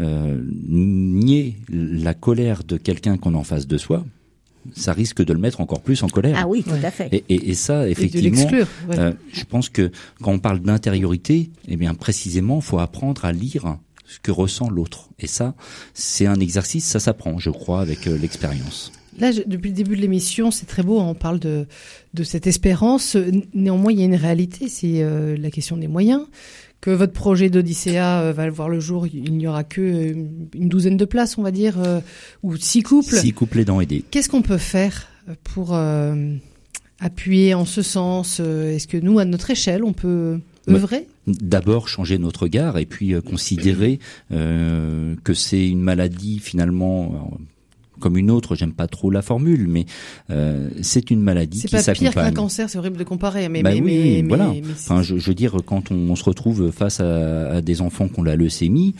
Nier la colère de quelqu'un qu'on a en face de soi, ça risque de le mettre encore plus en colère. Ah oui, tout à fait. Et ça, effectivement, je pense que quand on parle d'intériorité, eh bien précisément, il faut apprendre à lire ce que ressent l'autre. Et ça, c'est un exercice, ça s'apprend, je crois, avec l'expérience. Là, depuis le début de l'émission, c'est très beau, on parle de cette espérance. Néanmoins, il y a une réalité, c'est la question des moyens. Que votre projet d'Odyssea va voir le jour, il n'y aura que une douzaine de places, on va dire, ou 6 couples. 6 couples aidants aidés. Qu'est-ce qu'on peut faire pour appuyer en ce sens? Est-ce que nous, à notre échelle, on peut œuvrer? D'abord changer notre regard et puis considérer que c'est une maladie finalement... comme une autre, j'aime pas trop la formule, mais c'est une maladie qui s'accompagne. C'est pas pire qu'un cancer, c'est horrible de comparer, mais voilà. Enfin, je veux dire, quand on se retrouve face à des enfants qui ont la leucémie,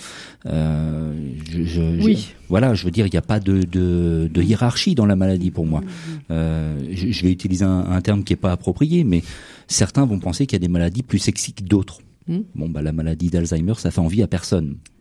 voilà, je veux dire, il n'y a pas de hiérarchie dans la maladie pour moi. Je vais utiliser un terme qui est pas approprié, mais certains vont penser qu'il y a des maladies plus sexy que d'autres. Bon, la maladie d'Alzheimer, ça fait envie à personne.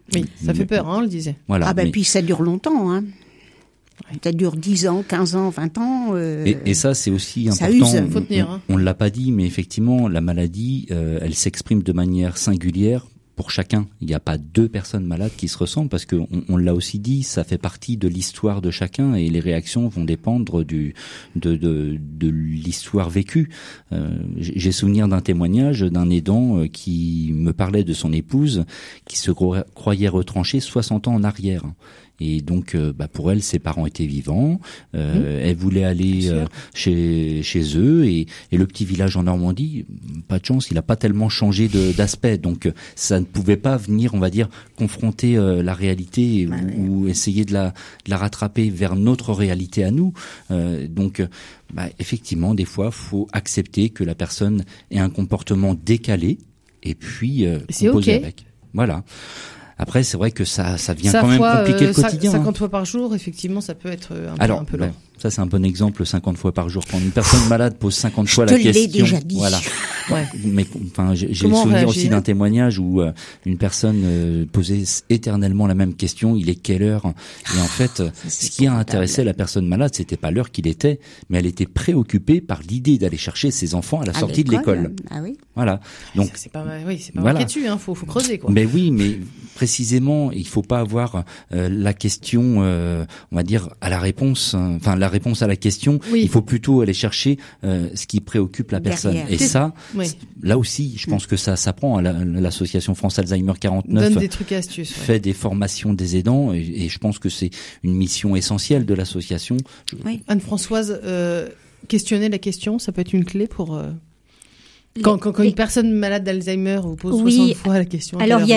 Oui, ça fait peur, on le disait. Voilà. Puis ça dure longtemps, hein. Ça dure 10 ans, 15 ans, 20 ans. Et ça, c'est aussi important. Ça use. Faut tenir, on l'a pas dit, mais effectivement, la maladie, elle s'exprime de manière singulière pour chacun. Il n'y a pas deux personnes malades qui se ressemblent parce que on l'a aussi dit, ça fait partie de l'histoire de chacun et les réactions vont dépendre de l'histoire vécue. J'ai souvenir d'un témoignage d'un aidant qui me parlait de son épouse qui se croyait retranchée 60 ans en arrière. Et donc, pour elle, ses parents étaient vivants. Elle voulait aller chez eux et le petit village en Normandie, pas de chance, il a pas tellement changé d'aspect. Donc, ça ne pouvait pas venir, on va dire, confronter la réalité ou essayer de la rattraper vers notre réalité à nous. Donc, effectivement, des fois, faut accepter que la personne ait un comportement décalé et puis composer avec. Voilà. Après, c'est vrai que ça vient quand même compliquer le quotidien. 50 fois par jour, effectivement, ça peut être un peu long. Ça, c'est un bon exemple, 50 fois par jour. Quand une personne malade pose 50 fois la question. Je te l'ai déjà dit. Voilà. Ouais. Mais, j'ai le souvenir aussi d'un témoignage où une personne posait éternellement la même question. Il est quelle heure? Et en fait, ce qui a intéressé la personne malade, c'était pas l'heure qu'il était, mais elle était préoccupée par l'idée d'aller chercher ses enfants à la sortie de l'école. Ah oui. Voilà. Donc, c'est pas marqué dessus, hein. Faut creuser, quoi. Mais oui, mais précisément, il faut pas avoir la question, on va dire, à la réponse, la réponse à la question. Oui. Il faut plutôt aller chercher ce qui préoccupe la personne. Derrière. Et ça, là aussi, je pense que ça s'apprend. L'association France Alzheimer 49 donne des trucs et astuces, fait des formations des aidants et je pense que c'est une mission essentielle de l'association. Oui. Anne-Françoise, questionner la question, ça peut être une clé pour... Quand une personne malade d'Alzheimer vous pose 60 fois la question. Alors il y a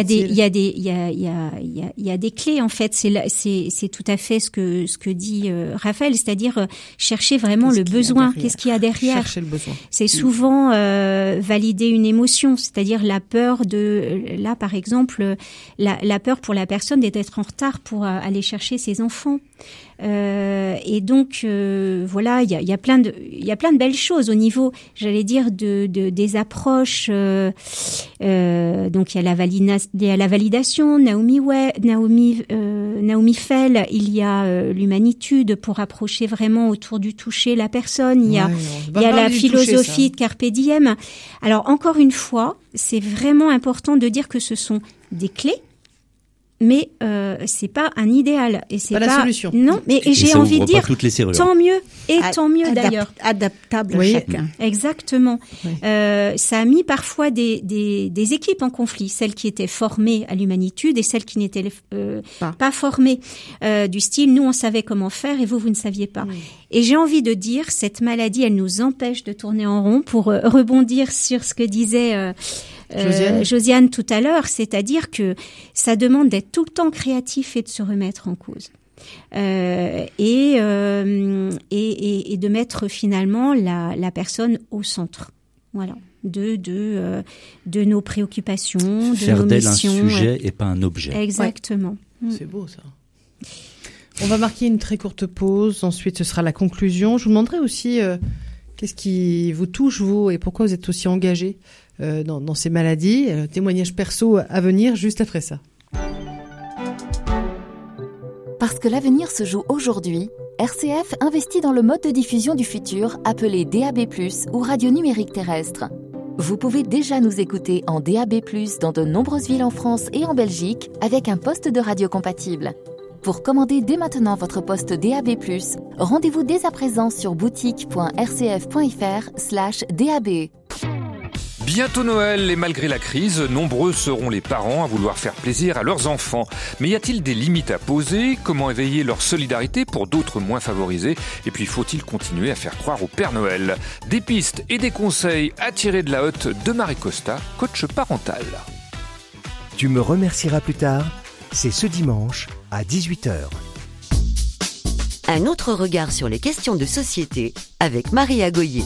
des clés en fait. C'est tout à fait ce que dit Raphaël, c'est-à-dire chercher vraiment le besoin. Qu'est-ce qu'il y a derrière? Chercher le besoin. C'est souvent valider une émotion, c'est-à-dire la peur là par exemple la peur pour la personne d'être en retard pour aller chercher ses enfants. Et donc voilà, il y a plein de belles choses au niveau, j'allais dire, des approches. Donc il y a la validation, Naomi Fell, il y a l'humanitude pour approcher vraiment autour du toucher la personne. Il y a la philosophie de Carpe Diem. Alors encore une fois, c'est vraiment important de dire que ce sont des clés. Mais c'est pas un idéal et c'est pas la solution. Non, mais j'ai envie de dire tant mieux et tant mieux d'ailleurs. Adaptable à chacun. Exactement. Oui. Ça a mis parfois des équipes en conflit, celles qui étaient formées à l'humanitude et celles qui n'étaient pas formées. Du style, nous on savait comment faire et vous ne saviez pas. Oui. Et j'ai envie de dire, cette maladie, elle nous empêche de tourner en rond. Pour rebondir sur ce que disait Josiane tout à l'heure, c'est-à-dire que ça demande d'être tout le temps créatif et de se remettre en cause. Et de mettre finalement la personne au centre. Voilà. De nos préoccupations, de faire nos d'elle missions. Un sujet et pas un objet. Exactement. Ouais. C'est beau ça. On va marquer une très courte pause, ensuite ce sera la conclusion. Je vous demanderai aussi qu'est-ce qui vous touche, vous, et pourquoi vous êtes aussi engagé dans ces maladies. Témoignage perso à venir juste après ça. Parce que l'avenir se joue aujourd'hui, RCF investit dans le mode de diffusion du futur appelé DAB+, ou radio numérique terrestre. Vous pouvez déjà nous écouter en DAB+, dans de nombreuses villes en France et en Belgique, avec un poste de radio compatible. Pour commander dès maintenant votre poste DAB+, rendez-vous dès à présent sur boutique.rcf.fr/DAB. Bientôt Noël et malgré la crise, nombreux seront les parents à vouloir faire plaisir à leurs enfants. Mais y a-t-il des limites à poser? Comment éveiller leur solidarité pour d'autres moins favorisés? Et puis faut-il continuer à faire croire au Père Noël? Des pistes et des conseils à tirer de la hotte de Marie Costa, coach parental. Tu me remercieras plus tard, c'est ce dimanche à 18h. Un autre regard sur les questions de société avec Maria Goyer.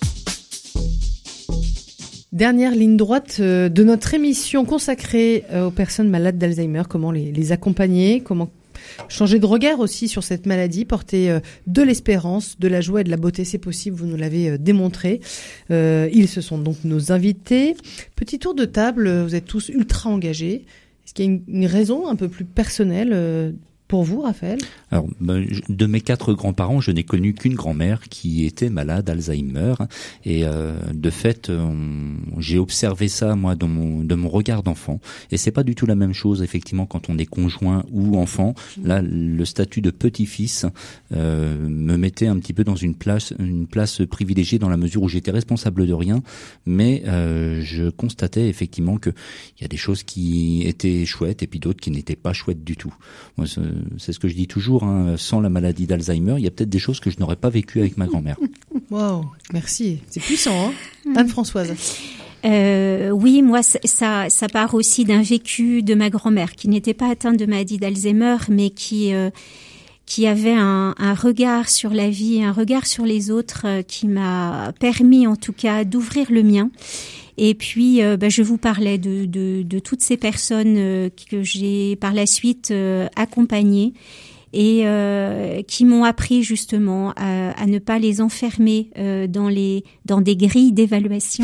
Dernière ligne droite de notre émission consacrée aux personnes malades d'Alzheimer, comment les accompagner, comment changer de regard aussi sur cette maladie, porter de l'espérance, de la joie et de la beauté, c'est possible, vous nous l'avez démontré. Ils se sont donc nos invités. Petit tour de table, vous êtes tous ultra engagés. Est-ce qu'il y a une raison un peu plus personnelle pour vous, Raphaël? Alors, de mes 4 grands-parents, je n'ai connu qu'une grand-mère qui était malade d'Alzheimer. Et de fait, j'ai observé ça, moi, de mon regard d'enfant. Et c'est pas du tout la même chose, effectivement, quand on est conjoint ou enfant. Là, le statut de petit-fils me mettait un petit peu dans une place privilégiée dans la mesure où j'étais responsable de rien. Mais je constatais effectivement que il y a des choses qui étaient chouettes et puis d'autres qui n'étaient pas chouettes du tout. Moi, c'est ce que je dis toujours, hein, sans la maladie d'Alzheimer, il y a peut-être des choses que je n'aurais pas vécues avec ma grand-mère. Wow, merci. C'est puissant, hein. Anne-Françoise. Oui, moi, ça part aussi d'un vécu de ma grand-mère, qui n'était pas atteinte de maladie d'Alzheimer, mais qui avait un regard sur la vie, un regard sur les autres, qui m'a permis, en tout cas, d'ouvrir le mien. Et puis, je vous parlais de toutes ces personnes que j'ai par la suite accompagnées et qui m'ont appris justement à ne pas les enfermer dans des grilles d'évaluation.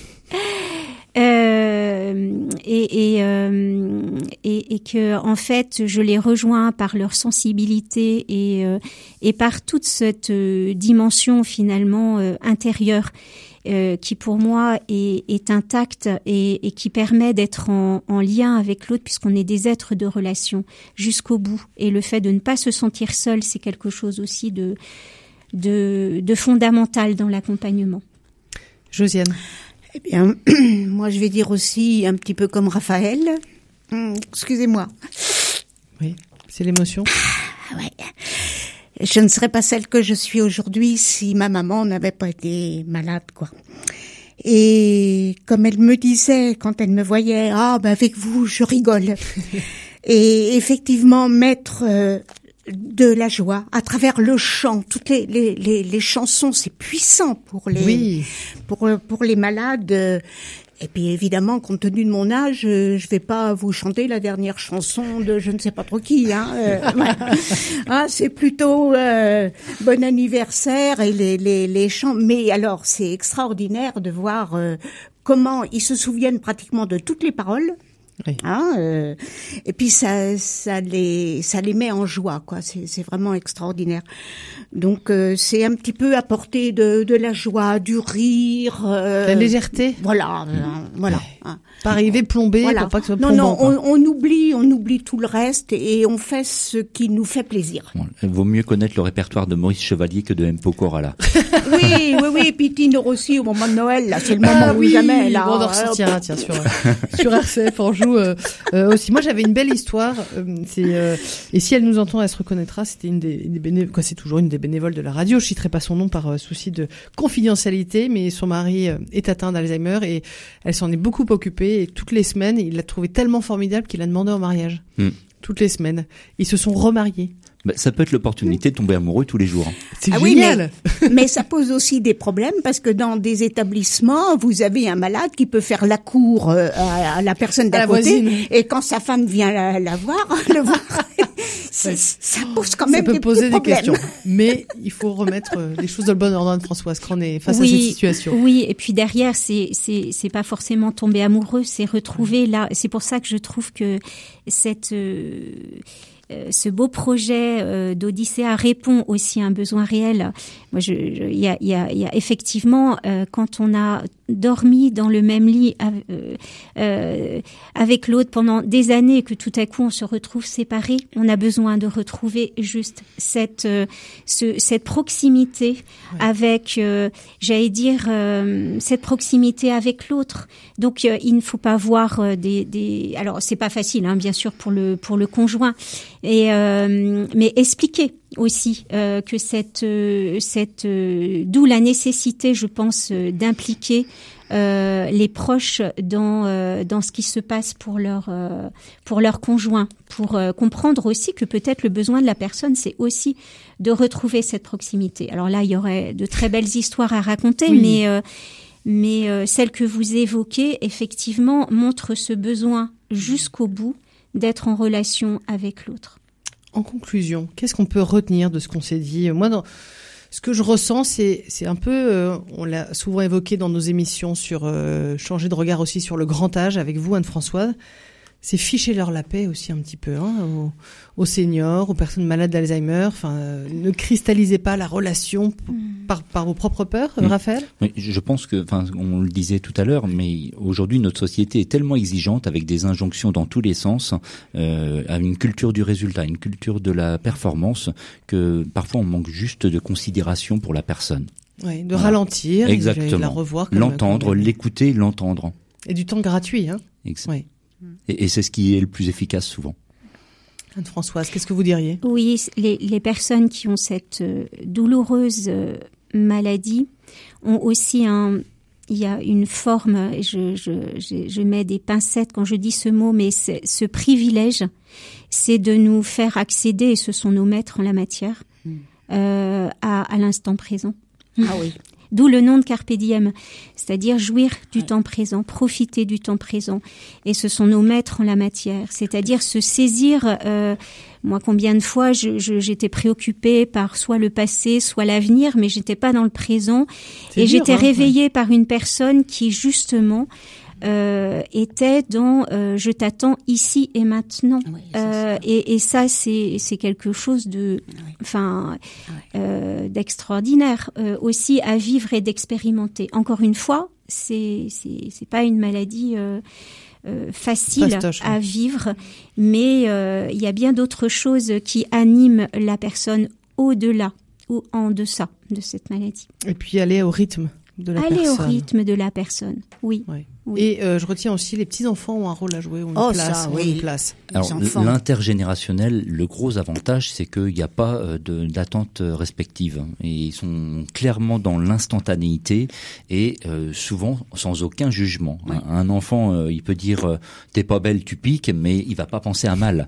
Et que en fait je les rejoins par leur sensibilité et par toute cette dimension finalement intérieure qui pour moi est intacte et qui permet d'être en lien avec l'autre puisqu'on est des êtres de relation jusqu'au bout. Et le fait de ne pas se sentir seul, c'est quelque chose aussi de fondamental dans l'accompagnement. Josiane. Eh bien, moi je vais dire aussi un petit peu comme Raphaël. Excusez-moi. Oui, c'est l'émotion. Ouais. Je ne serais pas celle que je suis aujourd'hui si ma maman n'avait pas été malade, quoi. Et comme elle me disait quand elle me voyait, avec vous je rigole. Et effectivement mettre de la joie à travers le chant, toutes les chansons, c'est puissant pour les malades. Et puis évidemment, compte tenu de mon âge, je vais pas vous chanter la dernière chanson de je ne sais pas trop qui. C'est plutôt bon anniversaire et les chants. Mais alors, c'est extraordinaire de voir comment ils se souviennent pratiquement de toutes les paroles. Oui. Et puis ça les met en joie, quoi. C'est vraiment extraordinaire. Donc c'est un petit peu apporter de la joie, du rire, la légèreté. Voilà. Pas arriver plombé, pour pas que ce soit plombant. Non, on oublie tout le reste et on fait ce qui nous fait plaisir. Bon, il vaut mieux connaître le répertoire de Maurice Chevalier que de M. Pokora, là. Oui, et puis Tino Rossi au moment de Noël, là, c'est le moment où jamais, là. Bon, on en ressortira, tiens, sur RCF, on joue aussi. Moi, j'avais une belle histoire, et si elle nous entend, elle se reconnaîtra, c'était une des bénévoles, c'est toujours une des bénévoles de la radio, je citerai pas son nom par souci de confidentialité, mais son mari est atteint d'Alzheimer et elle s'en est beaucoup occupée et toutes les semaines, il l'a trouvé tellement formidable qu'il a demandé en mariage. Toutes les semaines. Ils se sont remariés. Ça peut être l'opportunité de tomber amoureux tous les jours. C'est génial. Mais ça pose aussi des problèmes parce que dans des établissements, vous avez un malade qui peut faire la cour à la personne d'à côté, et quand sa femme vient le voir, ça pose quand même des poser petits des questions. Mais il faut remettre les choses dans le bon ordre, Françoise, quand on est face à cette situation. Oui, et puis derrière, c'est pas forcément tomber amoureux, c'est retrouver là. C'est pour ça que je trouve que ce beau projet d'Odyssea répond aussi à un besoin réel. Moi, il y a effectivement quand on a dormi dans le même lit avec l'autre pendant des années et que tout à coup on se retrouve séparés, on a besoin de retrouver juste cette proximité avec, j'allais dire, cette proximité avec l'autre. Donc il ne faut pas voir alors c'est pas facile, hein, bien sûr pour le conjoint, mais expliquer aussi que d'où la nécessité, je pense, d'impliquer les proches dans ce qui se passe pour leur conjoint, pour comprendre aussi que peut-être le besoin de la personne, c'est aussi de retrouver cette proximité. Alors là, il y aurait de très belles histoires à raconter, oui. mais celle que vous évoquez, effectivement, montre ce besoin jusqu'au bout d'être en relation avec l'autre. En conclusion, qu'est-ce qu'on peut retenir de ce qu'on s'est dit ? Moi, ce que je ressens, c'est un peu, on l'a souvent évoqué dans nos émissions sur changer de regard aussi sur le grand âge avec vous, Anne-Françoise. C'est ficher leur la paix aussi un petit peu, aux seniors, aux personnes malades d'Alzheimer. Enfin, ne cristallisez pas la relation par vos propres peurs, Raphaël. Oui, je pense que, on le disait tout à l'heure, mais aujourd'hui notre société est tellement exigeante avec des injonctions dans tous les sens, à une culture du résultat, une culture de la performance, que parfois on manque juste de considération pour la personne. Oui, de ralentir, exactement, et la revoir, l'entendre, l'écouter, l'entendre. Et du temps gratuit, Oui. Et c'est ce qui est le plus efficace souvent. Anne-Françoise, qu'est-ce que vous diriez ? Oui, les personnes qui ont cette douloureuse maladie ont aussi il y a une forme, je mets des pincettes quand je dis ce mot, mais ce privilège, c'est de nous faire accéder, et ce sont nos maîtres en la matière, à l'instant présent. Ah oui. D'où le nom de Carpe Diem, c'est-à-dire jouir du temps présent, profiter du temps présent. Et ce sont nos maîtres en la matière, c'est-à-dire se saisir. Moi, combien de fois j'étais préoccupée par soit le passé, soit l'avenir, mais j'étais pas dans le présent. Et j'étais réveillée par une personne qui, justement, était dans je t'attends ici et maintenant. Oui, et ça c'est quelque chose de d'extraordinaire aussi à vivre et d'expérimenter. Encore une fois, c'est pas une maladie facile à vivre, mais il y a bien d'autres choses qui animent la personne au-delà ou en deçà de cette maladie. Et puis aller au rythme de la personne. Aller au rythme de la personne, oui. Oui. Et je retiens aussi les petits-enfants ont un rôle à jouer, ont une place. Alors l'intergénérationnel, le gros avantage, c'est qu'il n'y a pas d'attente respective. Et ils sont clairement dans l'instantanéité et souvent sans aucun jugement. Oui. Un enfant, il peut dire t'es pas belle, tu piques, mais il va pas penser à mal.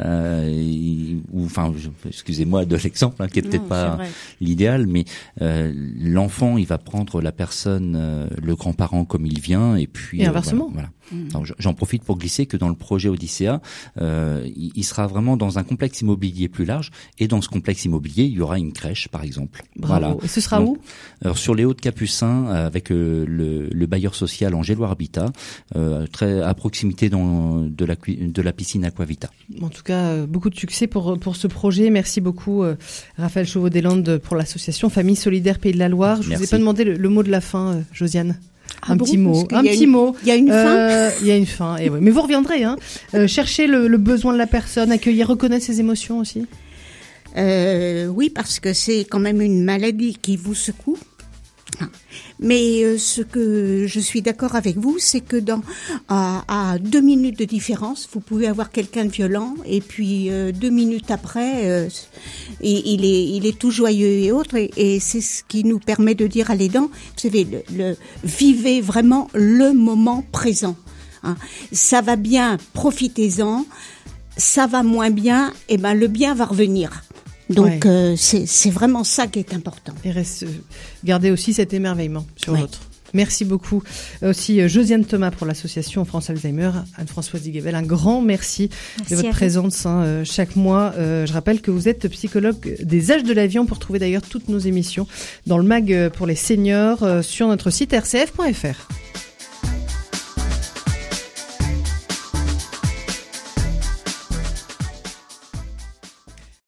Excusez-moi de l'exemple, qui est peut-être pas l'idéal, mais l'enfant, il va prendre la personne, le grand-parent comme il vient, et puis et inversement. Voilà. Alors, j'en profite pour glisser que dans le projet Odyssea, il sera vraiment dans un complexe immobilier plus large, et dans ce complexe immobilier, il y aura une crèche, par exemple. Bravo. Voilà. Et ce sera où ? Alors, sur les Hauts-de-Capucins, avec le bailleur social Angelo Habitat, très à proximité de la piscine Aquavita. En tout cas, beaucoup de succès pour ce projet. Merci beaucoup, Raphaël Chauveau-Deslandes, pour l'association Famille Solidaire Pays de la Loire. Je vous ai pas demandé le mot de la fin, Josiane. Un petit mot. Il y a une fin. Il y a une fin. Et oui. Mais vous reviendrez. Chercher le besoin de la personne, accueillir, reconnaître ses émotions aussi. Oui, parce que c'est quand même une maladie qui vous secoue. Mais ce que je suis d'accord avec vous, c'est que à 2 minutes de différence, vous pouvez avoir quelqu'un de violent, et puis 2 minutes après, il est tout joyeux et autres, et c'est ce qui nous permet de dire à l'aidant, vous savez, vivez vraiment le moment présent. Ça va bien, profitez-en. Ça va moins bien, et le bien va revenir. Donc c'est vraiment ça qui est important. Et gardez aussi cet émerveillement sur l'autre. Merci beaucoup aussi Josiane Thomas pour l'association France Alzheimer, Anne-Françoise Digabel, un grand merci de votre présence chaque mois. Je rappelle que vous êtes psychologue des âges de la vie. On peut retrouver d'ailleurs toutes nos émissions dans le mag pour les seniors sur notre site rcf.fr.